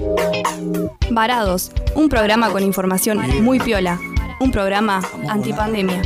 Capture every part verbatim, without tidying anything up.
Varados, un programa con información muy piola, un programa antipandemia.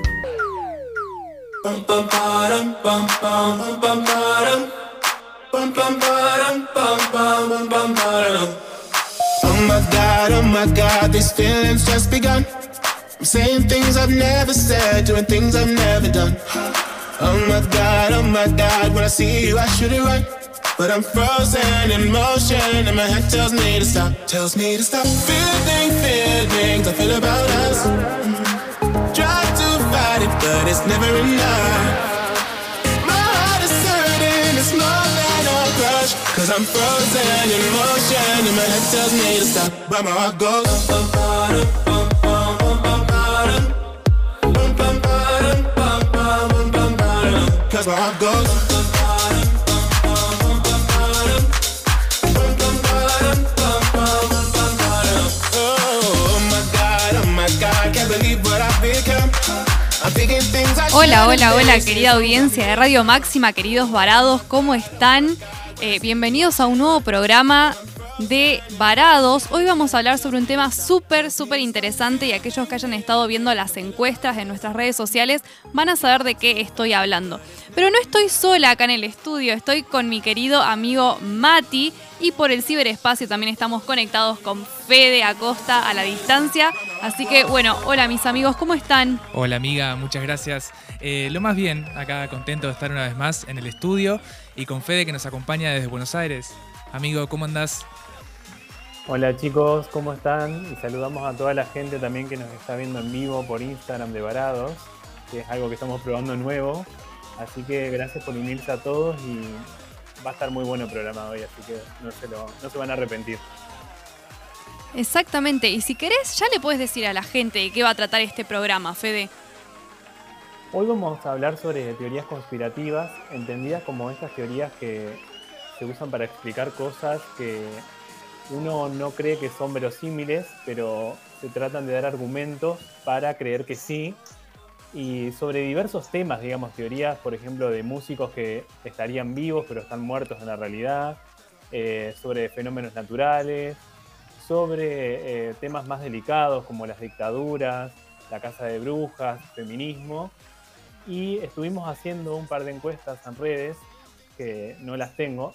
Oh my God, oh my God, these feelings just begun. I'm saying things I've never said, doing things I've never done. Oh my God, oh my God, when I see you I should it right, but I'm frozen in motion and my head tells me to stop, tells me to stop. Feeling feelings I feel about us. Mm-hmm. Try to fight it, but it's never enough. My heart is hurting, it's more than a crush, cause I'm frozen in motion and my head tells me to stop, but my heart goes bum, bum, bum, bum, bum, bum, bum, bum, bum, bum, bum, bum, cause my heart goes. Hola, hola, hola, querida audiencia de Radio Máxima, queridos varados, ¿cómo están? Eh, bienvenidos a un nuevo programa de Varados. Hoy vamos a hablar sobre un tema súper, súper interesante y aquellos que hayan estado viendo las encuestas en nuestras redes sociales van a saber de qué estoy hablando. Pero no estoy sola acá en el estudio, estoy con mi querido amigo Mati y por el ciberespacio también estamos conectados con Fede Acosta a la distancia. Así que bueno, hola mis amigos, ¿cómo están? Hola amiga, muchas gracias. Eh, lo más bien, acá contento de estar una vez más en el estudio y con Fede que nos acompaña desde Buenos Aires. Amigo, ¿cómo andás? Hola chicos, ¿cómo están? Y saludamos a toda la gente también que nos está viendo en vivo por Instagram de Varados, que es algo que estamos probando nuevo. Así que gracias por unirse a todos y va a estar muy bueno el programa hoy, así que no se, lo, no se van a arrepentir. Exactamente, y si querés ya le puedes decir a la gente de qué va a tratar este programa, Fede. Hoy vamos a hablar sobre teorías conspirativas, entendidas como estas teorías que se usan para explicar cosas que uno no cree que son verosímiles, pero se tratan de dar argumentos para creer que sí. Y sobre diversos temas, digamos, teorías, por ejemplo, de músicos que estarían vivos pero están muertos en la realidad, eh, sobre fenómenos naturales, sobre eh, temas más delicados como las dictaduras, la caza de brujas, feminismo. Y estuvimos haciendo un par de encuestas en redes, que no las tengo,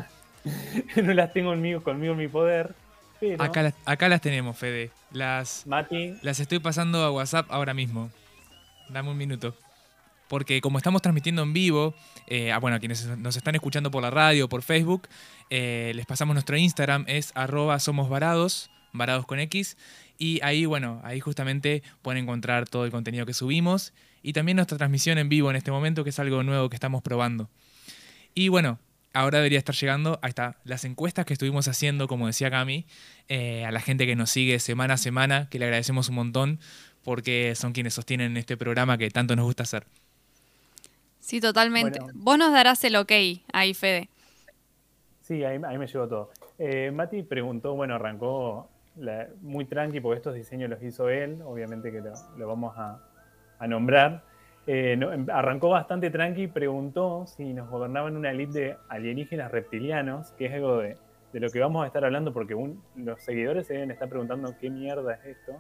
no las tengo conmigo, conmigo en mi poder, pero... Acá las, acá las tenemos, Fede. Las, Mati. Las estoy pasando a WhatsApp ahora mismo. Dame un minuto. Porque como estamos transmitiendo en vivo, eh, ah, bueno, a quienes nos están escuchando por la radio o por Facebook, eh, les pasamos nuestro Instagram, es arroba somosvarados, varados con X, y ahí, bueno, ahí justamente pueden encontrar todo el contenido que subimos, y también nuestra transmisión en vivo en este momento, que es algo nuevo que estamos probando. Y bueno, ahora debería estar llegando, ahí está, las encuestas que estuvimos haciendo, como decía Cami, eh, a la gente que nos sigue semana a semana, que le agradecemos un montón, porque son quienes sostienen este programa que tanto nos gusta hacer. Sí, totalmente. Bueno. Vos nos darás el ok ahí, Fede. Sí, ahí, ahí me llegó todo. Eh, Mati preguntó, bueno, arrancó la, muy tranqui porque estos diseños los hizo él, obviamente que lo, lo vamos a, a nombrar. Eh, no, arrancó bastante tranqui, preguntó si nos gobernaban una elite de alienígenas reptilianos, que es algo de, de lo que vamos a estar hablando porque un, los seguidores se deben estar preguntando qué mierda es esto.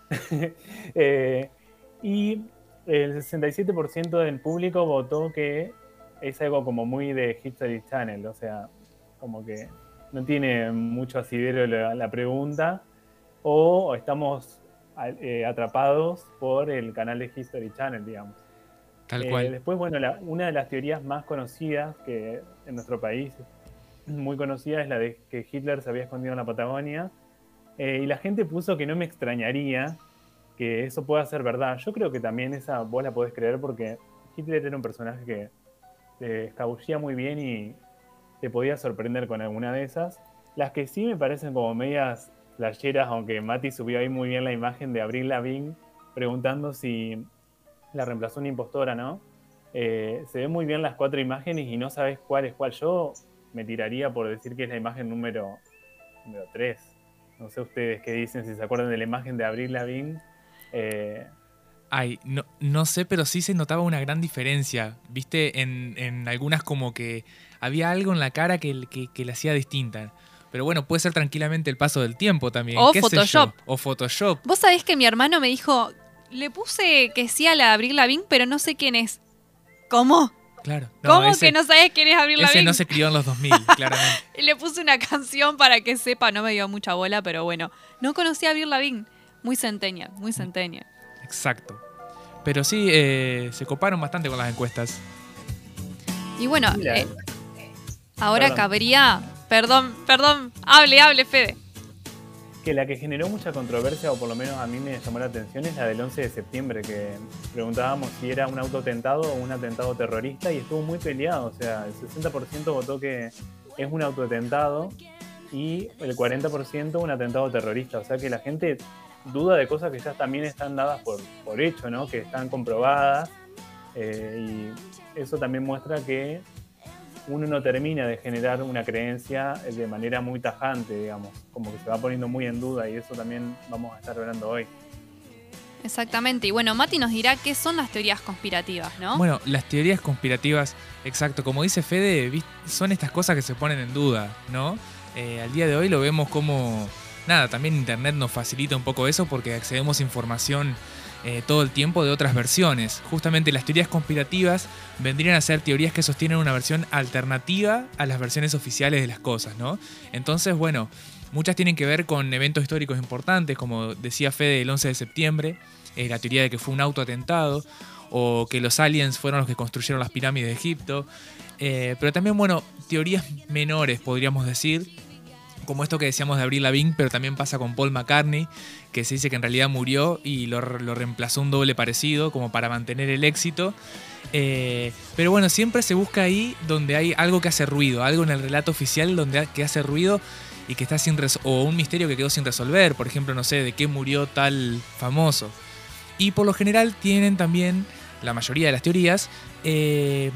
eh, y el sesenta y siete por ciento del público votó que es algo como muy de History Channel, o sea, como que no tiene mucho asidero la, la pregunta, o estamos eh, atrapados por el canal de History Channel, digamos. Tal cual. Eh, después, bueno, la, una de las teorías más conocidas que en nuestro país, muy conocida, es la de que Hitler se había escondido en la Patagonia. Eh, y la gente puso que no me extrañaría que eso pueda ser verdad. Yo creo que también esa vos la podés creer porque Hitler era un personaje que te escabullía muy bien y te podía sorprender con alguna de esas. Las que sí me parecen como medias flasheras, aunque Mati subió ahí muy bien la imagen de Avril Lavigne preguntando si la reemplazó una impostora, ¿no? Eh, se ven muy bien las cuatro imágenes y no sabes cuál es cuál. Yo me tiraría por decir que es la imagen número, número tres. No sé ustedes qué dicen, si se acuerdan de la imagen de Avril Lavigne. Eh... Ay, no, no sé, pero sí se notaba una gran diferencia. Viste, en, en algunas como que había algo en la cara que, que, que la hacía distinta. Pero bueno, puede ser tranquilamente el paso del tiempo también. O ¿Qué sé Photoshop. yo? O Photoshop. Vos sabés que mi hermano me dijo, le puse que sí a la Avril Lavigne, pero no sé quién es. ¿Cómo? Claro. ¿Cómo ese, que no sabés quién es Avril Ese Lavigne? no se crió en los dos mil, claramente. Y le puse una canción para que sepa, no me dio mucha bola, pero bueno. No conocía a Avril Lavigne. Muy centennial, muy centennial. Exacto. Pero sí, eh, se coparon bastante con las encuestas. Y bueno, Mira. eh, ahora Perdón. cabría... Perdón, perdón, hable, hable, Fede. Que la que generó mucha controversia, o por lo menos a mí me llamó la atención, es la del once de septiembre, que preguntábamos si era un autoatentado o un atentado terrorista, y estuvo muy peleado. O sea, el sesenta por ciento votó que es un autoatentado y el cuarenta por ciento un atentado terrorista. O sea que la gente duda de cosas que ya también están dadas por, por hecho, ¿no? Que están comprobadas, eh, y eso también muestra que uno no termina de generar una creencia de manera muy tajante, digamos, como que se va poniendo muy en duda, y eso también vamos a estar hablando hoy. Exactamente. Y bueno, Mati nos dirá qué son las teorías conspirativas, ¿no? Bueno, las teorías conspirativas, exacto, como dice Fede, ¿viste? Son estas cosas que se ponen en duda, ¿no? Eh, al día de hoy lo vemos como... Nada, también Internet nos facilita un poco eso porque accedemos a información eh, todo el tiempo de otras versiones. Justamente las teorías conspirativas vendrían a ser teorías que sostienen una versión alternativa a las versiones oficiales de las cosas, ¿no? Entonces, bueno, muchas tienen que ver con eventos históricos importantes, como decía Fede, el once de septiembre, eh, la teoría de que fue un autoatentado, o que los aliens fueron los que construyeron las pirámides de Egipto. Eh, pero también, bueno, teorías menores, podríamos decir, como esto que decíamos de Avril Lavigne, pero también pasa con Paul McCartney, que se dice que en realidad murió y lo, lo reemplazó un doble parecido, como para mantener el éxito. Eh, pero bueno, siempre se busca ahí donde hay algo que hace ruido, algo en el relato oficial donde que hace ruido y que está sin res- o un misterio que quedó sin resolver. Por ejemplo, no sé, de qué murió tal famoso. Y por lo general tienen también, la mayoría de las teorías, eh,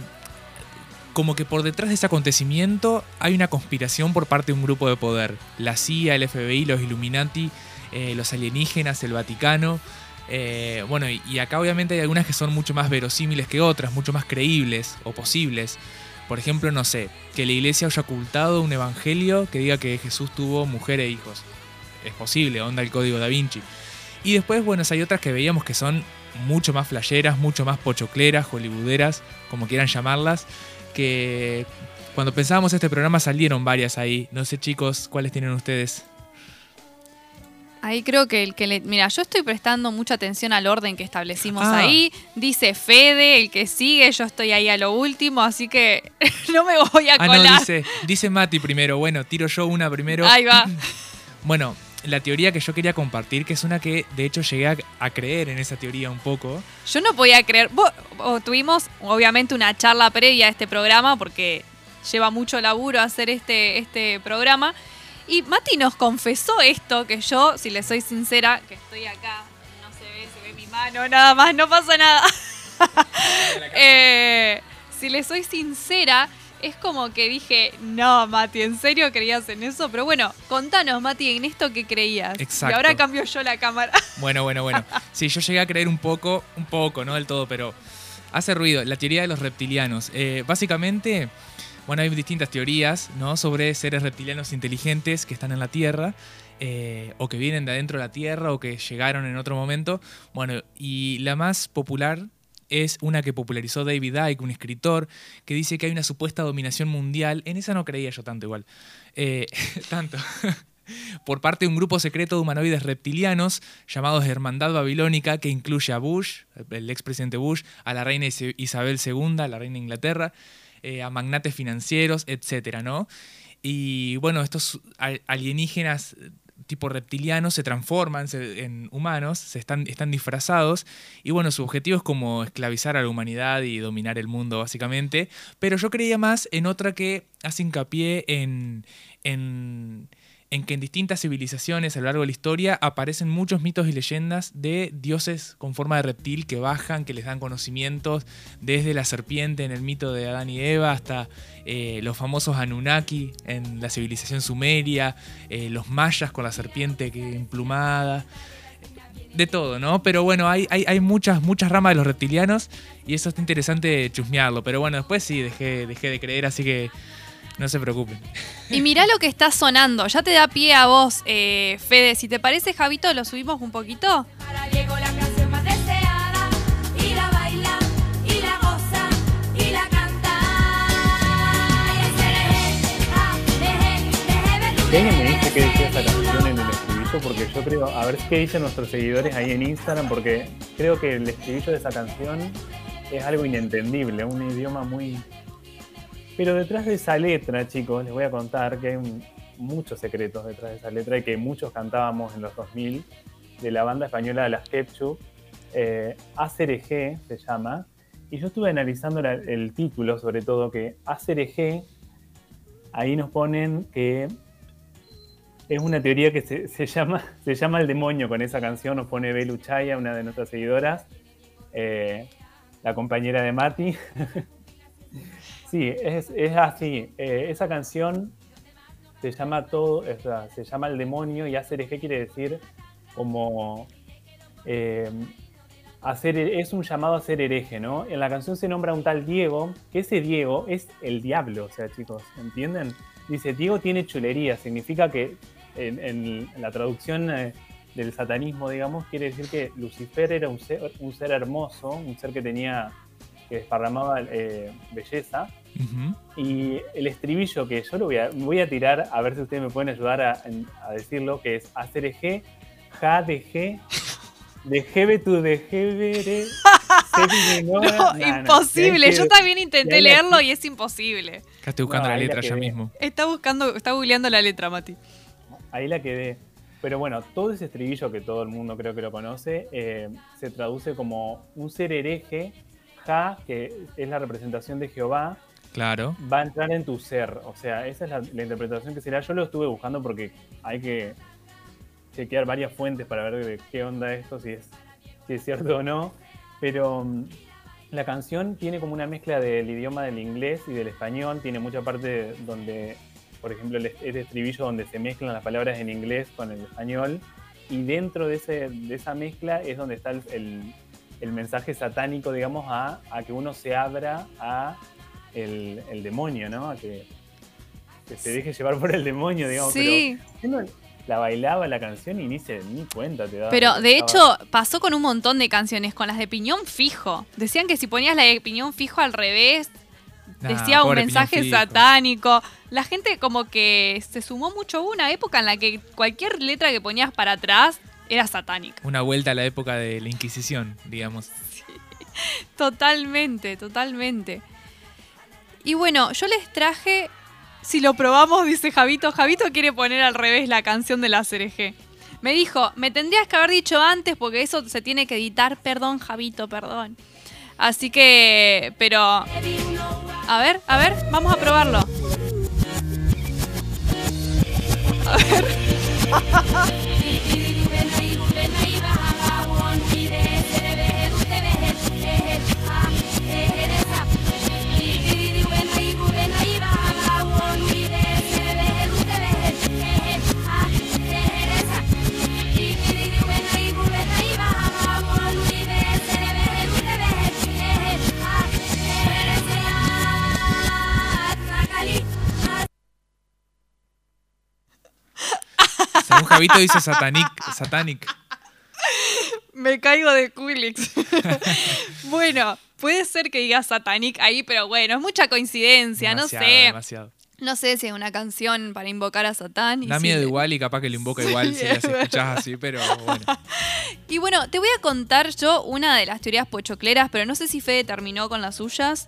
como que por detrás de ese acontecimiento hay una conspiración por parte de un grupo de poder. La C I A, el F B I, los Illuminati, eh, los alienígenas, el Vaticano. Eh, bueno, y, y acá obviamente hay algunas que son mucho más verosímiles que otras, mucho más creíbles o posibles. Por ejemplo, no sé, que la iglesia haya ocultado un evangelio que diga que Jesús tuvo mujer e hijos. Es posible, onda el código da Vinci. Y después, bueno, hay otras que veíamos que son mucho más flasheras, mucho más pochocleras, hollywooderas, como quieran llamarlas, que cuando pensábamos este programa salieron varias ahí. No sé, chicos, ¿cuáles tienen ustedes? Ahí creo que el que le... Mira, yo estoy prestando mucha atención al orden que establecimos Ah. ahí. Dice Fede, el que sigue, yo estoy ahí a lo último, así que no me voy a Ah, colar. no, dice, dice Mati primero. Bueno, tiro yo una primero. Ahí va. Bueno, la teoría que yo quería compartir, que es una que de hecho llegué a, a creer en esa teoría un poco. Yo no podía creer. Vos, o tuvimos, obviamente, una charla previa a este programa, porque lleva mucho laburo hacer este, este programa. Y Mati nos confesó esto, que yo, si le soy sincera, que estoy acá, no se ve, se ve mi mano, nada más, no pasa nada. eh, si le soy sincera, es como que dije, no, Mati, ¿en serio creías en eso? Pero bueno, contanos, Mati, en esto que creías. Exacto. Y ahora cambio yo la cámara. Bueno, bueno, bueno. Sí, yo llegué a creer un poco, un poco, no del todo, pero hace ruido. La teoría de los reptilianos. Eh, básicamente, bueno, hay distintas teorías, ¿no? Sobre seres reptilianos inteligentes que están en la Tierra, eh, o que vienen de adentro de la Tierra, o que llegaron en otro momento. Bueno, y la más popular es una que popularizó David Icke, un escritor, que dice que hay una supuesta dominación mundial. En esa no creía yo tanto igual. Eh, tanto. Por parte de un grupo secreto de humanoides reptilianos llamados Hermandad Babilónica, que incluye a Bush, el expresidente Bush, a la reina Isabel segunda, la reina de Inglaterra, eh, a magnates financieros, etcétera, ¿no? Y bueno, estos alienígenas tipo reptilianos se transforman en humanos, se están, están disfrazados, y bueno, su objetivo es como esclavizar a la humanidad y dominar el mundo básicamente. Pero yo creía más en otra que hace hincapié en, en, en que en distintas civilizaciones a lo largo de la historia aparecen muchos mitos y leyendas de dioses con forma de reptil que bajan, que les dan conocimientos, desde la serpiente en el mito de Adán y Eva hasta eh, los famosos Anunnaki en la civilización sumeria, eh, los mayas con la serpiente que emplumada, de todo, ¿no? Pero bueno, hay, hay, hay muchas, muchas ramas de los reptilianos y eso está interesante chusmearlo. Pero bueno, después sí, dejé, dejé de creer, así que No se preocupen. Y mirá lo que está sonando. Ya te da pie a vos, eh, Fede. Si te parece, Javito, lo subimos un poquito. Ahora llegó la canción más deseada, y la baila, y la goza, y la canta. Y el cereje, ah, deje, deje, Que alguien me dice qué decía esa canción en el estribillo, porque yo creo, a ver qué dicen nuestros seguidores ahí en Instagram, porque creo que el estribillo de esa canción es algo inentendible, un idioma muy... Pero detrás de esa letra, chicos, les voy a contar que hay un- muchos secretos detrás de esa letra y que muchos cantábamos en los dos mil de la banda española Las Ketchup. Eh, A C R G se llama. Y yo estuve analizando la- el título, sobre todo, que A C R G, ahí nos ponen que es una teoría que se, se llama, se llama el demonio con esa canción, nos pone Belu Chaya, una de nuestras seguidoras, eh, la compañera de Mati. Sí, es, es así. Eh, esa canción se llama todo, o sea, se llama el demonio y hacer eje quiere decir como eh, hacer, es un llamado a ser hereje, ¿no? En la canción se nombra un tal Diego, que ese Diego es el diablo, o sea, chicos, ¿entienden? Dice, Diego tiene chulería, significa que en, en la traducción eh, del satanismo, digamos, quiere decir que Lucifer era un ser, un ser hermoso, un ser que tenía, que desparramaba eh, belleza. Ujú. Y el estribillo que yo lo voy a, voy a tirar, a ver si ustedes me pueden ayudar a, a decirlo, que es hacer eje, ja de ge, de jebe tu de jebere, sebi de No, nora. Nah, imposible. no, Yo también intenté ahí la- leerlo y es imposible. Acá estoy buscando No, la ahí la letra ya quedé. mismo. Está buscando, está googleando la letra, Mati. Ahí la quedé. Pero bueno, todo ese estribillo que todo el mundo creo que lo conoce, eh, se traduce como un ser hereje, ja, que es la representación de Jehová, Claro. va a entrar en tu ser. O sea, esa es la, la interpretación que será. Yo lo estuve buscando porque hay que chequear varias fuentes para ver de qué onda esto, si es, si es cierto o no. Pero um, la canción tiene como una mezcla del idioma del inglés y del español. Tiene mucha parte donde, por ejemplo, el, el estribillo donde se mezclan las palabras en inglés con el español. Y dentro de, ese, de esa mezcla es donde está el, el, el mensaje satánico, digamos, a, a que uno se abra a el, el demonio, ¿no? A que, que se deje llevar por el demonio, digamos. Sí. Pero uno la bailaba la canción y ni, se, ni cuenta te daba. Pero de Estaba- hecho pasó con un montón de canciones, con las de piñón fijo. Decían que si ponías la de piñón fijo al revés, Nah, decía un pobre mensaje Piñón Fijo. satánico. La gente como que se sumó mucho. Hubo una época en la que cualquier letra que ponías para atrás era satánica. Una vuelta a la época de la Inquisición, digamos. Totalmente, totalmente. Y bueno, yo les traje, si lo probamos, dice Javito. Javito quiere poner al revés la canción de la C R G. Me dijo, me tendrías que haber dicho antes porque eso se tiene que editar. Perdón, Javito, perdón. Así que, pero... A ver, a ver, vamos a probarlo. A ver. Según Javito dice satanic, satanic. Me caigo de Quilix. Bueno, puede ser que diga Satanic ahí, pero bueno, es mucha coincidencia, Demasiado, no sé. demasiado. No sé si es una canción para invocar a Satán. y Da si miedo le- igual y capaz que lo invoca Sí, igual si es las escuchás así, pero bueno. Y bueno, te voy a contar yo una de las teorías pochocleras, pero no sé si Fede terminó con las suyas.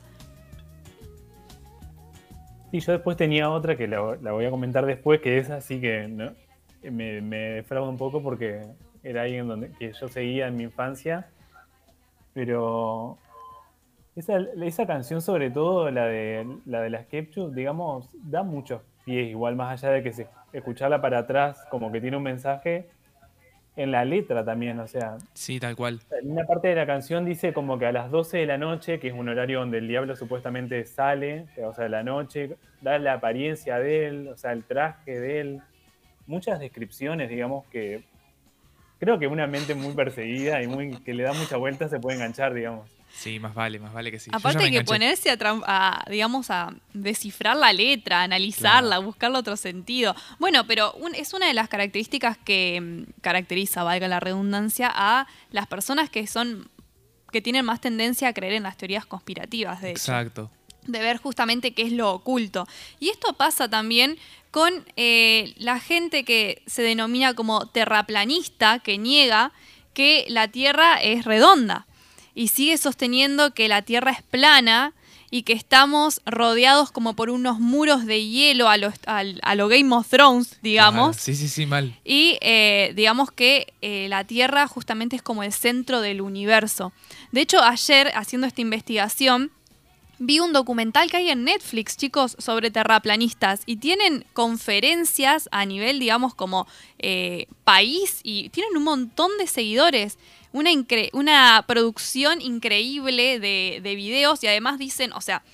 Sí, yo después tenía otra que la, la voy a comentar después, que es así que ¿no? me, me defrauda un poco porque era alguien donde, que yo seguía en mi infancia. Pero esa, esa canción, sobre todo la de, la de las Ketchup, digamos, da muchos pies, igual más allá de que se, escucharla para atrás como que tiene un mensaje en la letra también, o sea, Sí, tal cual. en una parte de la canción dice como que a las doce de la noche, que es un horario donde el diablo supuestamente sale, o sea, de la noche, da la apariencia de él, o sea, el traje de él. Muchas descripciones, digamos, que creo que una mente muy perseguida y muy que le da mucha vuelta se puede enganchar, digamos. Sí, más vale, más vale que sí. Yo ya Aparte me hay que enganché. ponerse a, tran- a, digamos, a descifrar la letra, a analizarla, Claro. buscarle otro sentido. Bueno, pero un- es una de las características que mm, caracteriza, valga la redundancia, a las personas que son que tienen más tendencia a creer en las teorías conspirativas, de hecho. Exacto. De ver justamente qué es lo oculto. Y esto pasa también con eh, la gente que se denomina como terraplanista, que niega que la Tierra es redonda y sigue sosteniendo que la Tierra es plana y que estamos rodeados como por unos muros de hielo a lo, al- a lo Game of Thrones, digamos. Claro. Sí, sí, sí, mal. Y eh, digamos que eh, la Tierra justamente es como el centro del universo. De hecho, ayer, haciendo esta investigación, vi un documental que hay en Netflix, chicos, sobre terraplanistas. Y tienen conferencias a nivel, digamos, como eh, país. Y tienen un montón de seguidores. Una, incre- una producción increíble de, de videos. Y además dicen, o sea,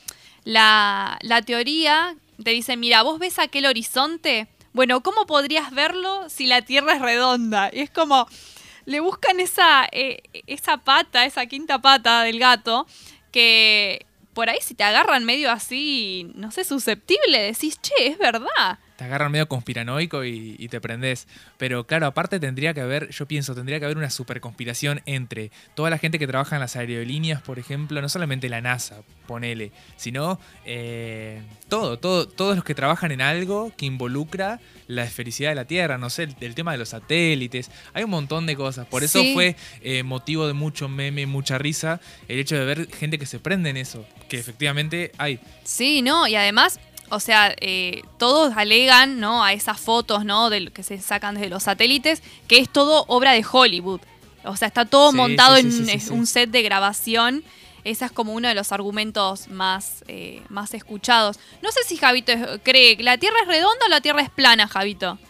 la, la teoría te dice, mira, vos ves aquel horizonte. Bueno, ¿cómo podrías verlo si la Tierra es redonda? Y es como, le buscan esa, eh, esa pata, esa quinta pata del gato, que por ahí si te agarran medio así, no sé, susceptible, decís, che, es verdad. Te agarran medio conspiranoico y, y te prendés. Pero claro, aparte tendría que haber, yo pienso, tendría que haber una super conspiración entre toda la gente que trabaja en las aerolíneas, por ejemplo, no solamente la NASA, ponele, sino eh, todo, todo, todos los que trabajan en algo que involucra la esfericidad de la Tierra, no sé, el, el tema de los satélites, hay un montón de cosas. Por eso Sí. fue eh, motivo de mucho meme, mucha risa, el hecho de ver gente que se prende en eso, que efectivamente hay. Sí, ¿no? Y además, o sea, eh, todos alegan, ¿no? A esas fotos, ¿no? De lo que se sacan desde los satélites, que es todo obra de Hollywood. O sea, está todo Sí, montado sí, sí, en sí, sí, es- sí. un set de grabación. Ese es como uno de los argumentos más, eh, más escuchados. No sé si Javito es- cree que la Tierra es redonda o la Tierra es plana, Javito.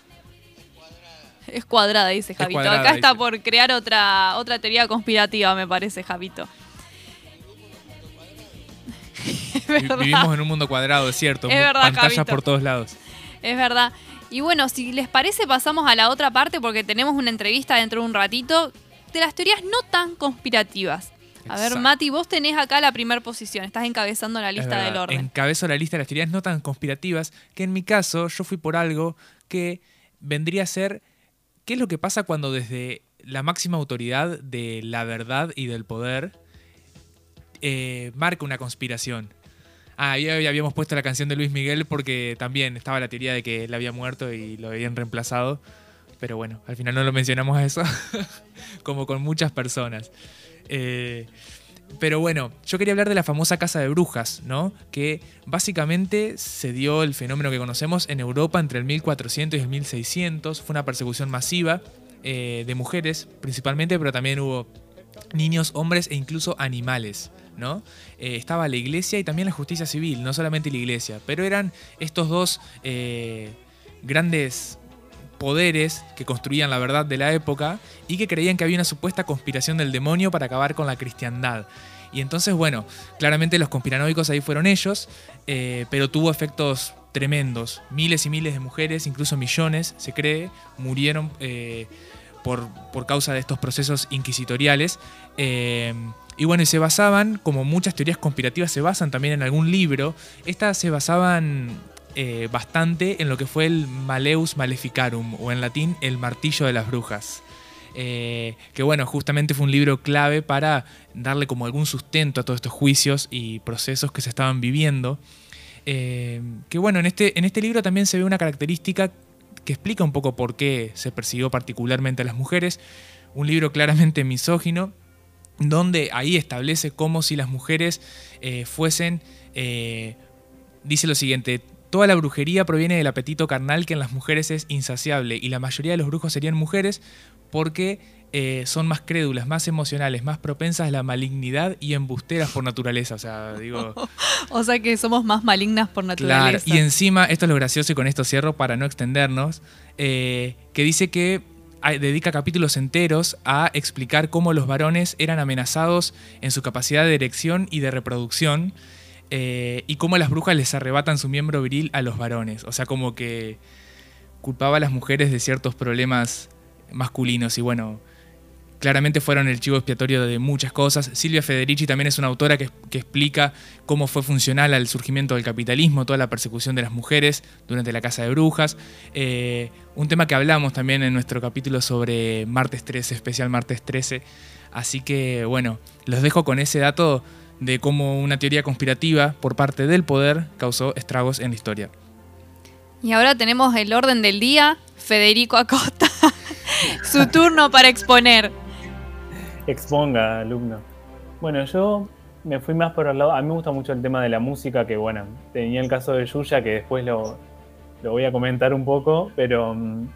Es cuadrada, dice Javito. cuadrada, Acá está dice. por crear otra, otra teoría conspirativa, me parece, Javito. Es Vi- verdad. Vivimos en un mundo cuadrado, es cierto, Es mu- verdad, pantallas Javito. por todos lados. Es verdad. Y bueno, si les parece, pasamos a la otra parte porque tenemos una entrevista dentro de un ratito de las teorías no tan conspirativas. A ver, Exacto. Mati, vos tenés acá la primera posición. Estás encabezando la Es lista verdad, del orden. Encabezo la lista de las teorías no tan conspirativas, que en mi caso yo fui por algo que vendría a ser qué es lo que pasa cuando desde la máxima autoridad de la verdad y del poder eh, marca una conspiración. Ah, ahí habíamos puesto la canción de Luis Miguel porque también estaba la teoría de que él había muerto y lo habían reemplazado. Pero bueno, al final no lo mencionamos a eso, como con muchas personas. Eh, pero bueno, yo quería hablar de la famosa casa de brujas, ¿no? Que básicamente se dio el fenómeno que conocemos en Europa entre el mil cuatrocientos y el mil seiscientos. Fue una persecución masiva eh, de mujeres principalmente, pero también hubo niños, hombres e incluso animales, ¿no? Eh, estaba la iglesia y también la justicia civil, no solamente la iglesia, pero eran estos dos eh, grandes poderes que construían la verdad de la época y que creían que había una supuesta conspiración del demonio para acabar con la cristiandad. Y entonces, bueno, claramente los conspiranoicos ahí fueron ellos, eh, pero tuvo efectos tremendos. Miles y miles de mujeres, incluso millones, se cree, murieron eh, por, por causa de estos procesos inquisitoriales. Eh, y bueno, y se basaban, como muchas teorías conspirativas se basan también en algún libro, estas se basaban eh, bastante en lo que fue el Maleus Maleficarum, o en latín, el martillo de las brujas. Eh, que bueno, justamente fue un libro clave para darle como algún sustento a todos estos juicios y procesos que se estaban viviendo. Eh, que bueno, en este, en este libro también se ve una característica que explica un poco por qué se persiguió particularmente a las mujeres. Un libro claramente misógino, donde ahí establece como si las mujeres eh, fuesen, eh, dice lo siguiente: toda la brujería proviene del apetito carnal que en las mujeres es insaciable, y la mayoría de los brujos serían mujeres porque eh, son más crédulas, más emocionales, más propensas a la malignidad y embusteras por naturaleza. O sea, digo... O sea que somos más malignas por Claro, naturaleza. y encima, esto es lo gracioso y con esto cierro para no extendernos, eh, que dice que hay- dedica capítulos enteros a explicar cómo los varones eran amenazados en su capacidad de erección y de reproducción, eh, y cómo las brujas les arrebatan su miembro viril a los varones. O sea, como que culpaba a las mujeres de ciertos problemas masculinos. Y bueno, claramente fueron el chivo expiatorio de muchas cosas. Silvia Federici también es una autora que, que explica cómo fue funcional al surgimiento del capitalismo, toda la persecución de las mujeres durante la Casa de Brujas. Eh, un tema que hablamos también en nuestro capítulo sobre Martes trece, especial Martes trece. Así que, bueno, los dejo con ese dato de cómo una teoría conspirativa por parte del poder causó estragos en la historia. Y ahora tenemos el orden del día. Federico Acosta, su turno para exponer. Exponga, alumno. Bueno, yo me fui más por el lado. A mí me gusta mucho el tema de la música, que bueno, tenía el caso de Yuya, que después lo, lo voy a comentar un poco, pero um,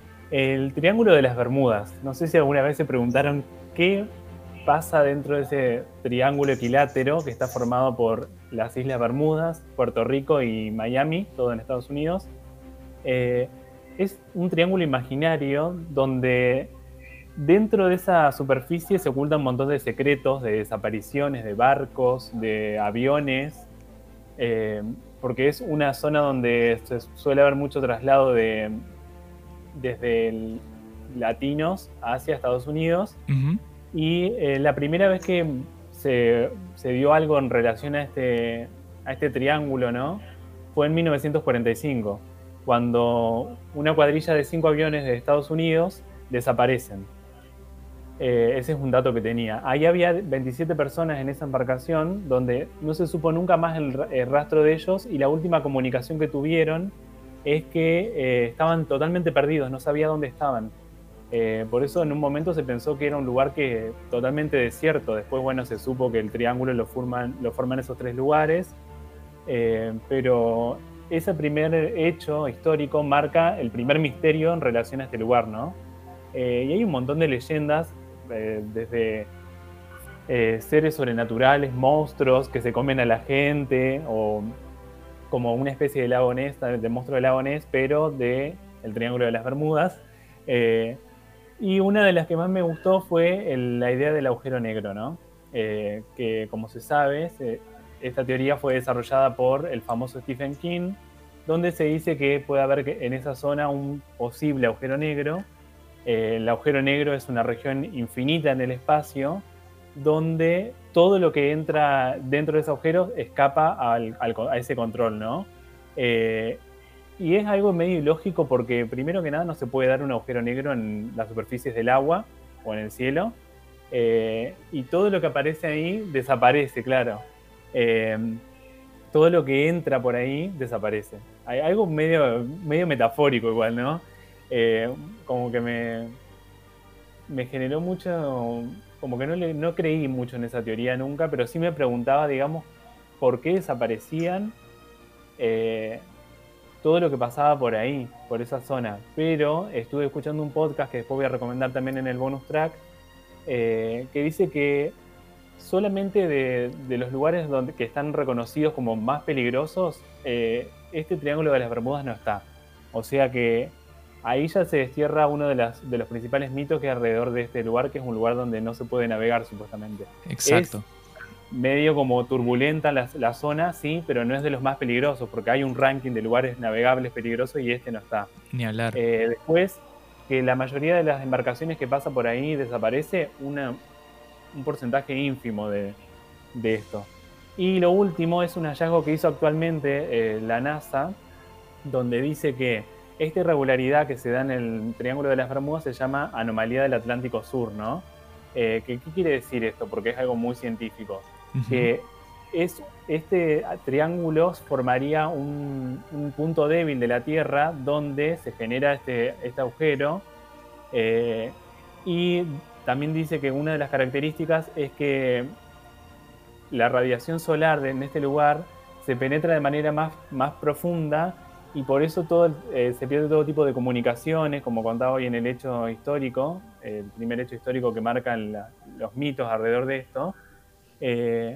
el Triángulo de las Bermudas. No sé si alguna vez se preguntaron qué pasa dentro de ese triángulo equilátero que está formado por las Islas Bermudas, Puerto Rico y Miami, todo en Estados Unidos. Eh, es un triángulo imaginario donde dentro de esa superficie se ocultan un montón de secretos, de desapariciones, de barcos, de aviones, eh, porque es una zona donde se suele haber mucho traslado de, desde el, latinos hacia Estados Unidos. Uh-huh. Y eh, la primera vez que se, se dio algo en relación a este, a este triángulo, ¿no?, fue en mil novecientos cuarenta y cinco, cuando una cuadrilla de cinco aviones de Estados Unidos desaparecen. Eh, ese es un dato que tenía. Ahí había veintisiete personas en esa embarcación, donde no se supo nunca más el, el rastro de ellos, y la última comunicación que tuvieron es que eh, estaban totalmente perdidos, no sabía dónde estaban. Eh, por eso en un momento se pensó que era un lugar que totalmente desierto. Después, bueno, se supo que el triángulo lo forman, lo forman esos tres lugares, eh, pero ese primer hecho histórico marca el primer misterio en relación a este lugar, ¿no? Eh, y hay un montón de leyendas, eh, desde eh, seres sobrenaturales, monstruos que se comen a la gente, o como una especie de lago Ness, de monstruo del lago Ness, pero de el Triángulo de las Bermudas. Eh, y una de las que más me gustó fue el, la idea del agujero negro, ¿no? Eh, que, como se sabe, se, esta teoría fue desarrollada por el famoso Stephen King, donde se dice que puede haber en esa zona un posible agujero negro. Eh, el agujero negro es una región infinita en el espacio, donde todo lo que entra dentro de ese agujero escapa al, al, a ese control, ¿no? Eh, y es algo medio ilógico porque, primero que nada, no se puede dar un agujero negro en las superficies del agua o en el cielo. Eh, y todo lo que aparece ahí desaparece, claro. Eh, todo lo que entra por ahí desaparece. Hay algo medio, medio metafórico igual, ¿no? Eh, como que me, me generó mucho... Como que no, le, no creí mucho en esa teoría nunca, pero sí me preguntaba, digamos, por qué desaparecían eh, todo lo que pasaba por ahí, por esa zona. Pero estuve escuchando un podcast que después voy a recomendar también en el bonus track, eh, que dice que solamente de, de los lugares donde, que están reconocidos como más peligrosos, eh, este Triángulo de las Bermudas no está. O sea que ahí ya se destierra uno de, las, de los principales mitos que hay alrededor de este lugar, que es un lugar donde no se puede navegar, supuestamente. Exacto. Es medio como turbulenta la, la zona, sí, pero no es de los más peligrosos, porque hay un ranking de lugares navegables peligrosos y este no está. Ni hablar. Eh, después, que la mayoría de las embarcaciones que pasa por ahí desaparece, una, un porcentaje ínfimo de, de esto. Y lo último es un hallazgo que hizo actualmente eh, la NASA, donde dice que esta irregularidad que se da en el Triángulo de las Bermudas se llama anomalía del Atlántico Sur, ¿no? Eh, ¿qué, ¿Qué quiere decir esto? Porque es algo muy científico. Uh-huh. Que es, este triángulo formaría un, un punto débil de la Tierra donde se genera este, este agujero. Eh, y también dice que una de las características es que la radiación solar de, en este lugar se penetra de manera más, más profunda, y por eso todo, eh, se pierde todo tipo de comunicaciones, como contaba hoy en el hecho histórico, el primer hecho histórico que marcan la, los mitos alrededor de esto. Eh,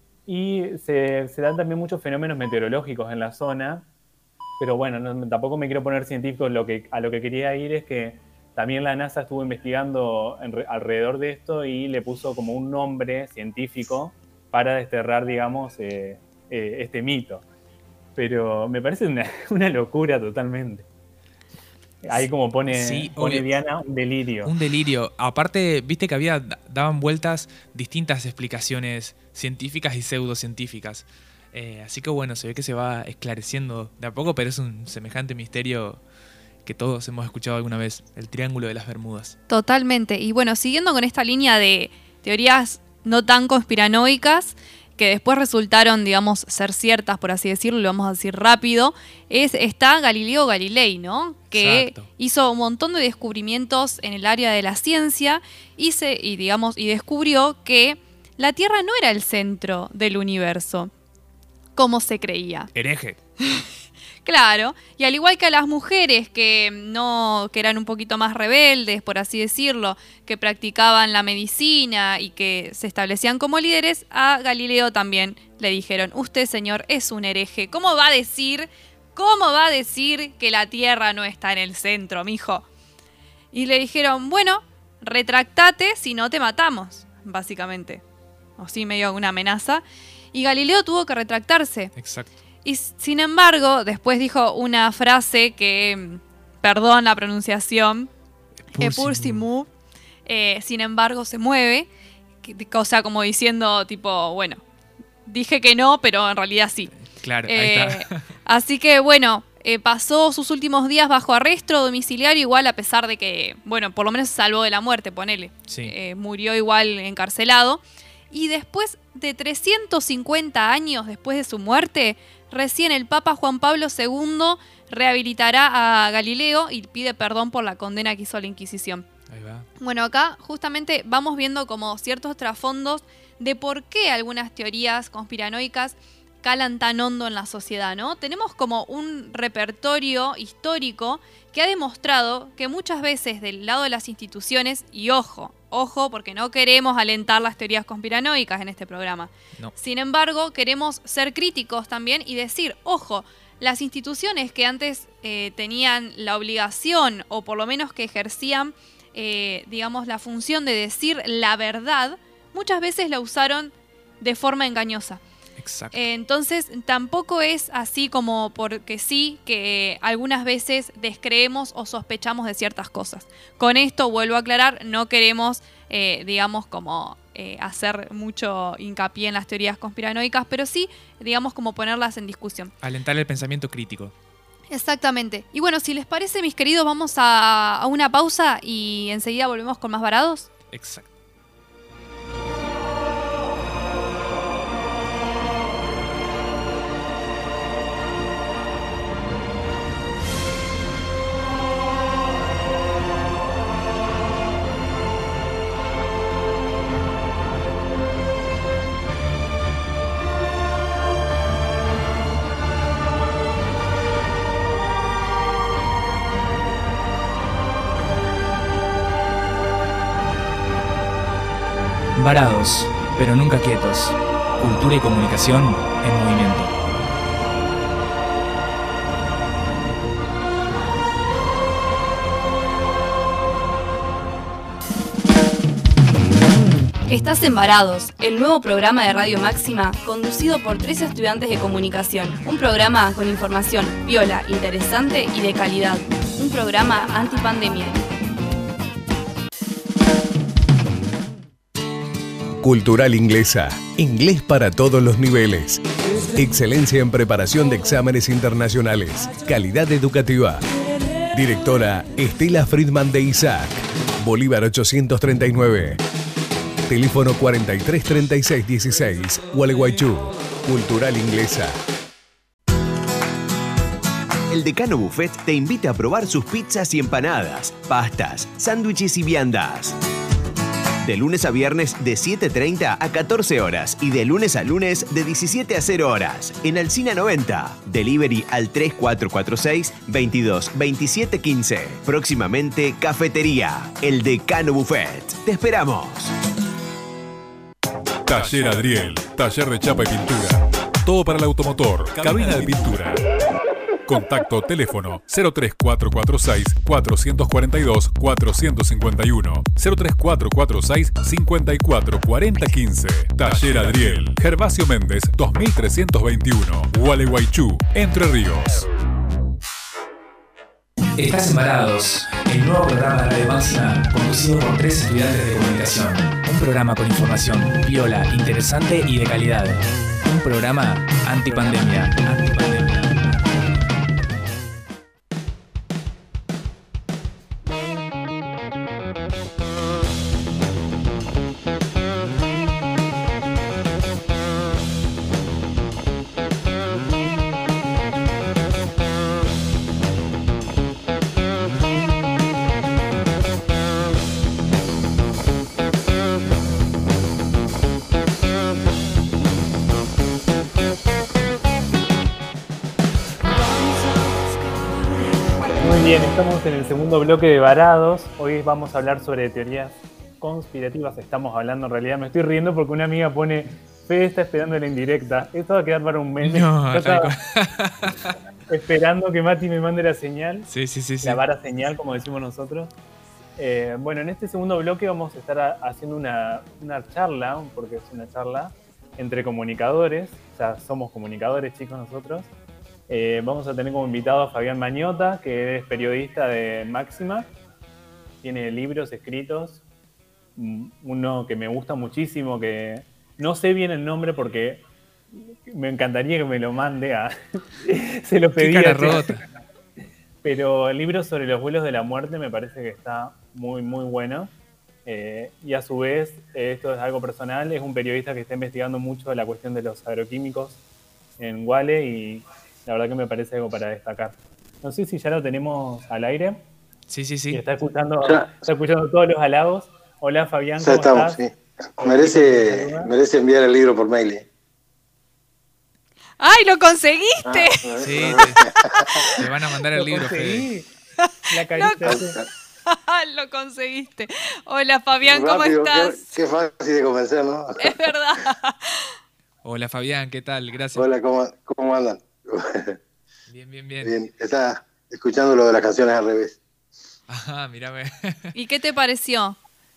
y se, se dan también muchos fenómenos meteorológicos en la zona, pero bueno, no, tampoco me quiero poner científico. Lo que, a lo que quería ir es que también la NASA estuvo investigando en, alrededor de esto y le puso como un nombre científico para desterrar, digamos, eh, eh, este mito. Pero me parece una, una locura totalmente. Ahí como pone, Sí, pone obvio. Diana, un delirio. Un delirio. Aparte, viste que había daban vueltas distintas explicaciones científicas y pseudocientíficas. Eh, así que bueno, se ve que se va esclareciendo de a poco, pero es un semejante misterio que todos hemos escuchado alguna vez, el Triángulo de las Bermudas. Totalmente. Y bueno, siguiendo con esta línea de teorías no tan conspiranoicas, que después resultaron, digamos, ser ciertas, por así decirlo, lo vamos a decir rápido, es está Galileo Galilei, ¿no? Que Exacto. hizo un montón de descubrimientos en el área de la ciencia y, se, y, digamos, y descubrió que la Tierra no era el centro del universo, como se creía. Hereje. Claro, y al igual que a las mujeres que no, que eran un poquito más rebeldes, por así decirlo, que practicaban la medicina y que se establecían como líderes, a Galileo también le dijeron: usted, señor, es un hereje. ¿Cómo va a decir, cómo va a decir que la Tierra no está en el centro, mijo? Y le dijeron: bueno, retractate si no te matamos, básicamente. O sí, medio una amenaza. Y Galileo tuvo que retractarse. Exacto. Y sin embargo, después dijo una frase que, perdón la pronunciación, Pursimu. Pursimu, eh, sin embargo se mueve, que- o sea, como diciendo tipo, bueno, dije que no, pero en realidad sí. Claro, Eh, ahí está. Así que bueno, eh, pasó sus últimos días bajo arresto domiciliario, igual a pesar de que, bueno, por lo menos se salvó de la muerte, ponele. Sí. Eh, murió igual encarcelado. Y después de trescientos cincuenta años después de su muerte, recién el Papa Juan Pablo segundo rehabilitará a Galileo y pide perdón por la condena que hizo a la Inquisición. Ahí va. Bueno, acá justamente vamos viendo como ciertos trasfondos de por qué algunas teorías conspiranoicas calan tan hondo en la sociedad, ¿no? Tenemos como un repertorio histórico que ha demostrado que muchas veces del lado de las instituciones, y ojo, ojo, porque no queremos alentar las teorías conspiranoicas en este programa. No. Sin embargo, queremos ser críticos también y decir, ojo, las instituciones que antes eh, tenían la obligación, o por lo menos que ejercían, eh, digamos, la función de decir la verdad, muchas veces la usaron de forma engañosa. Exacto. Eh, Entonces, tampoco es así como porque sí que algunas veces descreemos o sospechamos de ciertas cosas. Con esto, vuelvo a aclarar, no queremos, eh, digamos, como eh, hacer mucho hincapié en las teorías conspiranoicas, pero sí, digamos, como ponerlas en discusión. Alentar el pensamiento crítico. Exactamente. Y bueno, si les parece, mis queridos, vamos a, a una pausa y enseguida volvemos con más varados. Exacto. Varados, pero nunca quietos. Cultura y comunicación en movimiento. Estás en Varados, el nuevo programa de Radio Máxima conducido por tres estudiantes de comunicación. Un programa con información viola, interesante y de calidad. Un programa antipandemia. Cultural Inglesa. Inglés para todos los niveles. Excelencia en preparación de exámenes internacionales. Calidad educativa. Directora Estela Friedman de Isaac. Bolívar ochocientos treinta y nueve. Teléfono cuarenta y tres treinta y seis dieciséis. Gualeguaychú. Cultural Inglesa. El Decano Buffet te invita a probar sus pizzas y empanadas, pastas, sándwiches y viandas. De lunes a viernes de siete treinta a catorce horas y de lunes a lunes de diecisiete a cero horas en Alsina noventa. Delivery al tres cuatro cuatro seis, veintidós veintisiete quince. Próximamente Cafetería, el Decano Buffet. Te esperamos. Taller Adriel, taller de chapa y pintura. Todo para el automotor, cabina de pintura. Contacto teléfono cero tres cuatro cuatro seis, cuatro cuatro dos, cuatro cinco uno, cero tres cuatro cuatro seis, cinco cuatro cuatro cero uno cinco. Taller Adriel, Gervasio Méndez dos mil trescientos veintiuno, Gualeguaychú, Entre Ríos. Estás en Varados, el nuevo programa de Radio Máxima conducido por tres estudiantes de comunicación. Un programa con información viola, interesante y de calidad. Un programa antipandemia. Antipandemia. Bien, estamos en el segundo bloque de Varados. Hoy vamos a hablar sobre teorías conspirativas. Estamos hablando, en realidad me estoy riendo porque una amiga pone: Fede está esperando la indirecta. Esto va a quedar para un meme. No, Yo estaba esperando que Mati me mande la señal. Sí, sí, sí, sí. La vara señal, como decimos nosotros. Eh, bueno, en este segundo bloque vamos a estar a- haciendo una, una charla, porque es una charla entre comunicadores. O sea, somos comunicadores, chicos, nosotros. Eh, vamos a tener como invitado a Fabián Mañota, que es periodista de Máxima. Tiene libros escritos. Mm, Uno que me gusta muchísimo, que no sé bien el nombre porque me encantaría que me lo mande a... Se lo pedí. Qué cara a- rota. Pero el libro sobre los vuelos de la muerte me parece que está muy, muy bueno. Eh, y a su vez, eh, esto es algo personal, es un periodista que está investigando mucho la cuestión de los agroquímicos en Wale y la verdad que me parece algo para destacar. No sé si ya lo tenemos al aire Sí, sí, y sí. está escuchando, Ya. está escuchando todos los halagos. Hola Fabián, Ya ¿cómo estamos, estás? sí. Merece, merece enviar el libro por mail. ¿eh? ¡Ay, lo conseguiste! Ah, Sí, eh, te, te van a mandar el Lo libro, Fede. conseguí. La carita. Lo conseguiste. Hola Fabián, ¿cómo rápido, estás? Qué, qué fácil de convencer, ¿no? Es verdad. Hola Fabián, ¿qué tal? Gracias. Hola, ¿cómo, cómo andan? Bien, bien, bien. Bien, está escuchando lo de las canciones al revés. Ajá, mírame. ¿Y qué te pareció?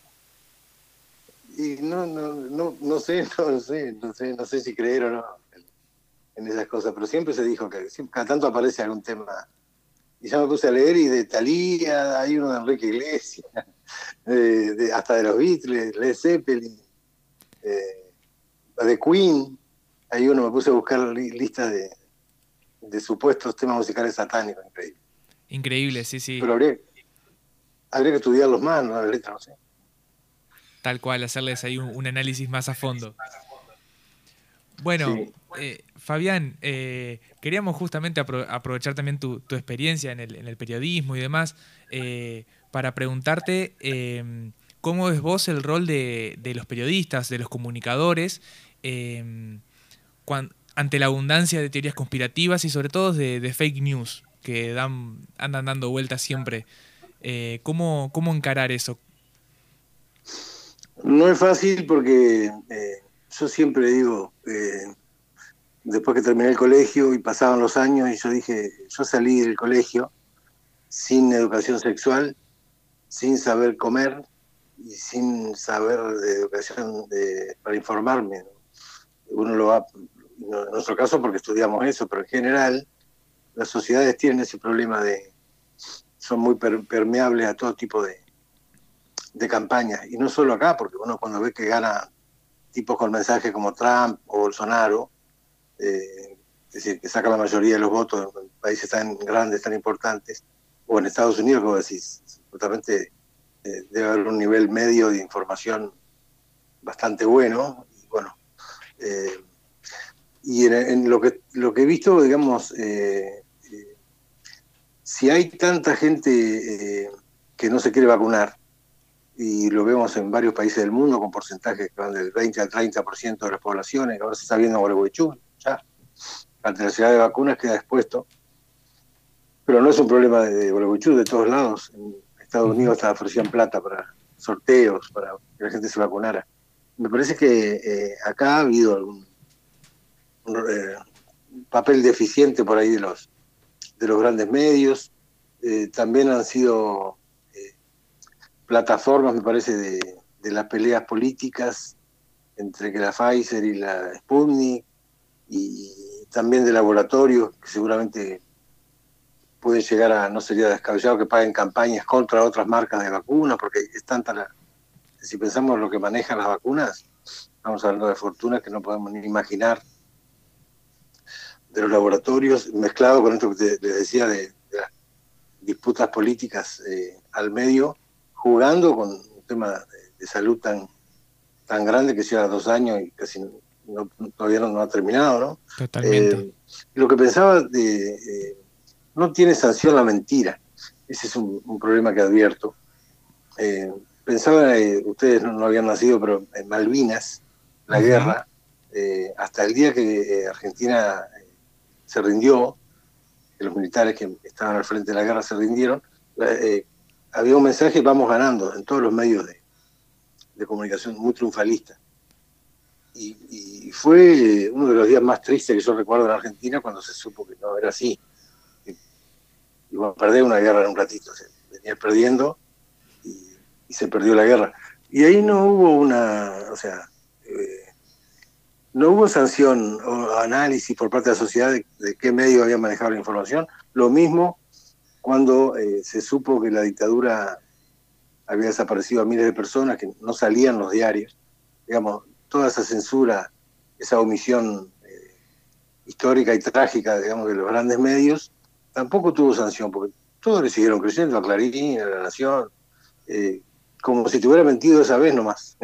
Y no, no, no, no sé, no sé, no sé, no sé si creer o no en esas cosas, pero siempre se dijo que siempre, cada tanto aparece algún tema. Y ya me puse a leer y de Thalía, hay uno de Enrique Iglesias, de, de- hasta de los Beatles, Led Zeppelin, eh, de Queen, hay uno, me puse a buscar li- listas de, de supuestos temas musicales satánicos, increíble. Increíble, sí, sí. Pero habría, habría que estudiarlos más, ¿no? Las letras, no sé. Tal cual, hacerles ahí un, un análisis más a fondo. Bueno, Sí. eh, Fabián, eh, queríamos justamente apro- aprovechar también tu, tu experiencia en el, en el periodismo y demás, eh, para preguntarte eh, cómo ves vos el rol de, de los periodistas, de los comunicadores, eh, cuan- ante la abundancia de teorías conspirativas y sobre todo de, de fake news que dan, andan dando vueltas siempre. Eh, ¿cómo, ¿Cómo encarar eso? No es fácil porque eh, yo siempre digo, eh, después que terminé el colegio y pasaban los años, y yo dije, yo salí del colegio sin educación sexual, sin saber comer y sin saber de educación de- para informarme, ¿no? Uno lo va, no, en nuestro caso porque estudiamos eso, pero en general las sociedades tienen ese problema de, son muy per- permeables a todo tipo de, de campañas, y no solo acá, porque uno cuando ve que gana tipos con mensajes como Trump o Bolsonaro, eh, es decir, que saca la mayoría de los votos en países tan grandes, tan importantes, o en Estados Unidos, como decís, justamente eh, debe haber un nivel medio de información bastante bueno, y bueno, eh, y en, en lo que lo que he visto, digamos, eh, eh, si hay tanta gente eh, que no se quiere vacunar, y lo vemos en varios países del mundo con porcentajes que van del veinte al treinta por ciento de las poblaciones, que ahora se está viendo en Gualeguaychú, ya, la tercera de vacunas queda expuesto, pero no es un problema de Gualeguaychú, de todos lados. En Estados Unidos hasta ofrecían plata para sorteos, para que la gente se vacunara. Me parece que eh, acá ha habido algún un, eh, papel deficiente por ahí de los, de los grandes medios. Eh, también han sido eh, plataformas, me parece, de, de las peleas políticas entre que la Pfizer y la Sputnik, y también de laboratorios que seguramente pueden llegar a, no sería descabellado que paguen campañas contra otras marcas de vacunas, porque es tanta la... Si pensamos en lo que manejan las vacunas, estamos hablando de fortunas que no podemos ni imaginar, de los laboratorios, mezclado con esto que te, les decía de, de las disputas políticas eh, al medio, jugando con un tema de, de salud tan, tan grande que lleva dos años y casi no, no, todavía no, no ha terminado, ¿no? Totalmente. Eh, lo que pensaba, de, eh, no tiene sanción la mentira. Ese es un, un problema que advierto. Eh, pensaba, eh, ustedes no, no habían nacido, pero en Malvinas, la Ujú. guerra, eh, hasta el día que eh, Argentina eh, se rindió, que los militares que estaban al frente de la guerra se rindieron, eh, había un mensaje: vamos ganando, en todos los medios de, de comunicación, muy triunfalista. Y, y fue uno de los días más tristes que yo recuerdo en Argentina, cuando se supo que no era así. Y, iba a perder una guerra en un ratito, se venía perdiendo y, y se perdió la guerra. Y ahí no hubo una, o sea, eh, no hubo sanción o análisis por parte de la sociedad de, de qué medio había manejado la información. Lo mismo cuando eh, se supo que la dictadura había desaparecido a miles de personas, que no salían los diarios. Digamos, toda esa censura, esa omisión eh, histórica y trágica, digamos, de los grandes medios, tampoco tuvo sanción, porque todos le siguieron creyendo a Clarín, a La Nación, eh, como si te hubiera mentido esa vez nomás.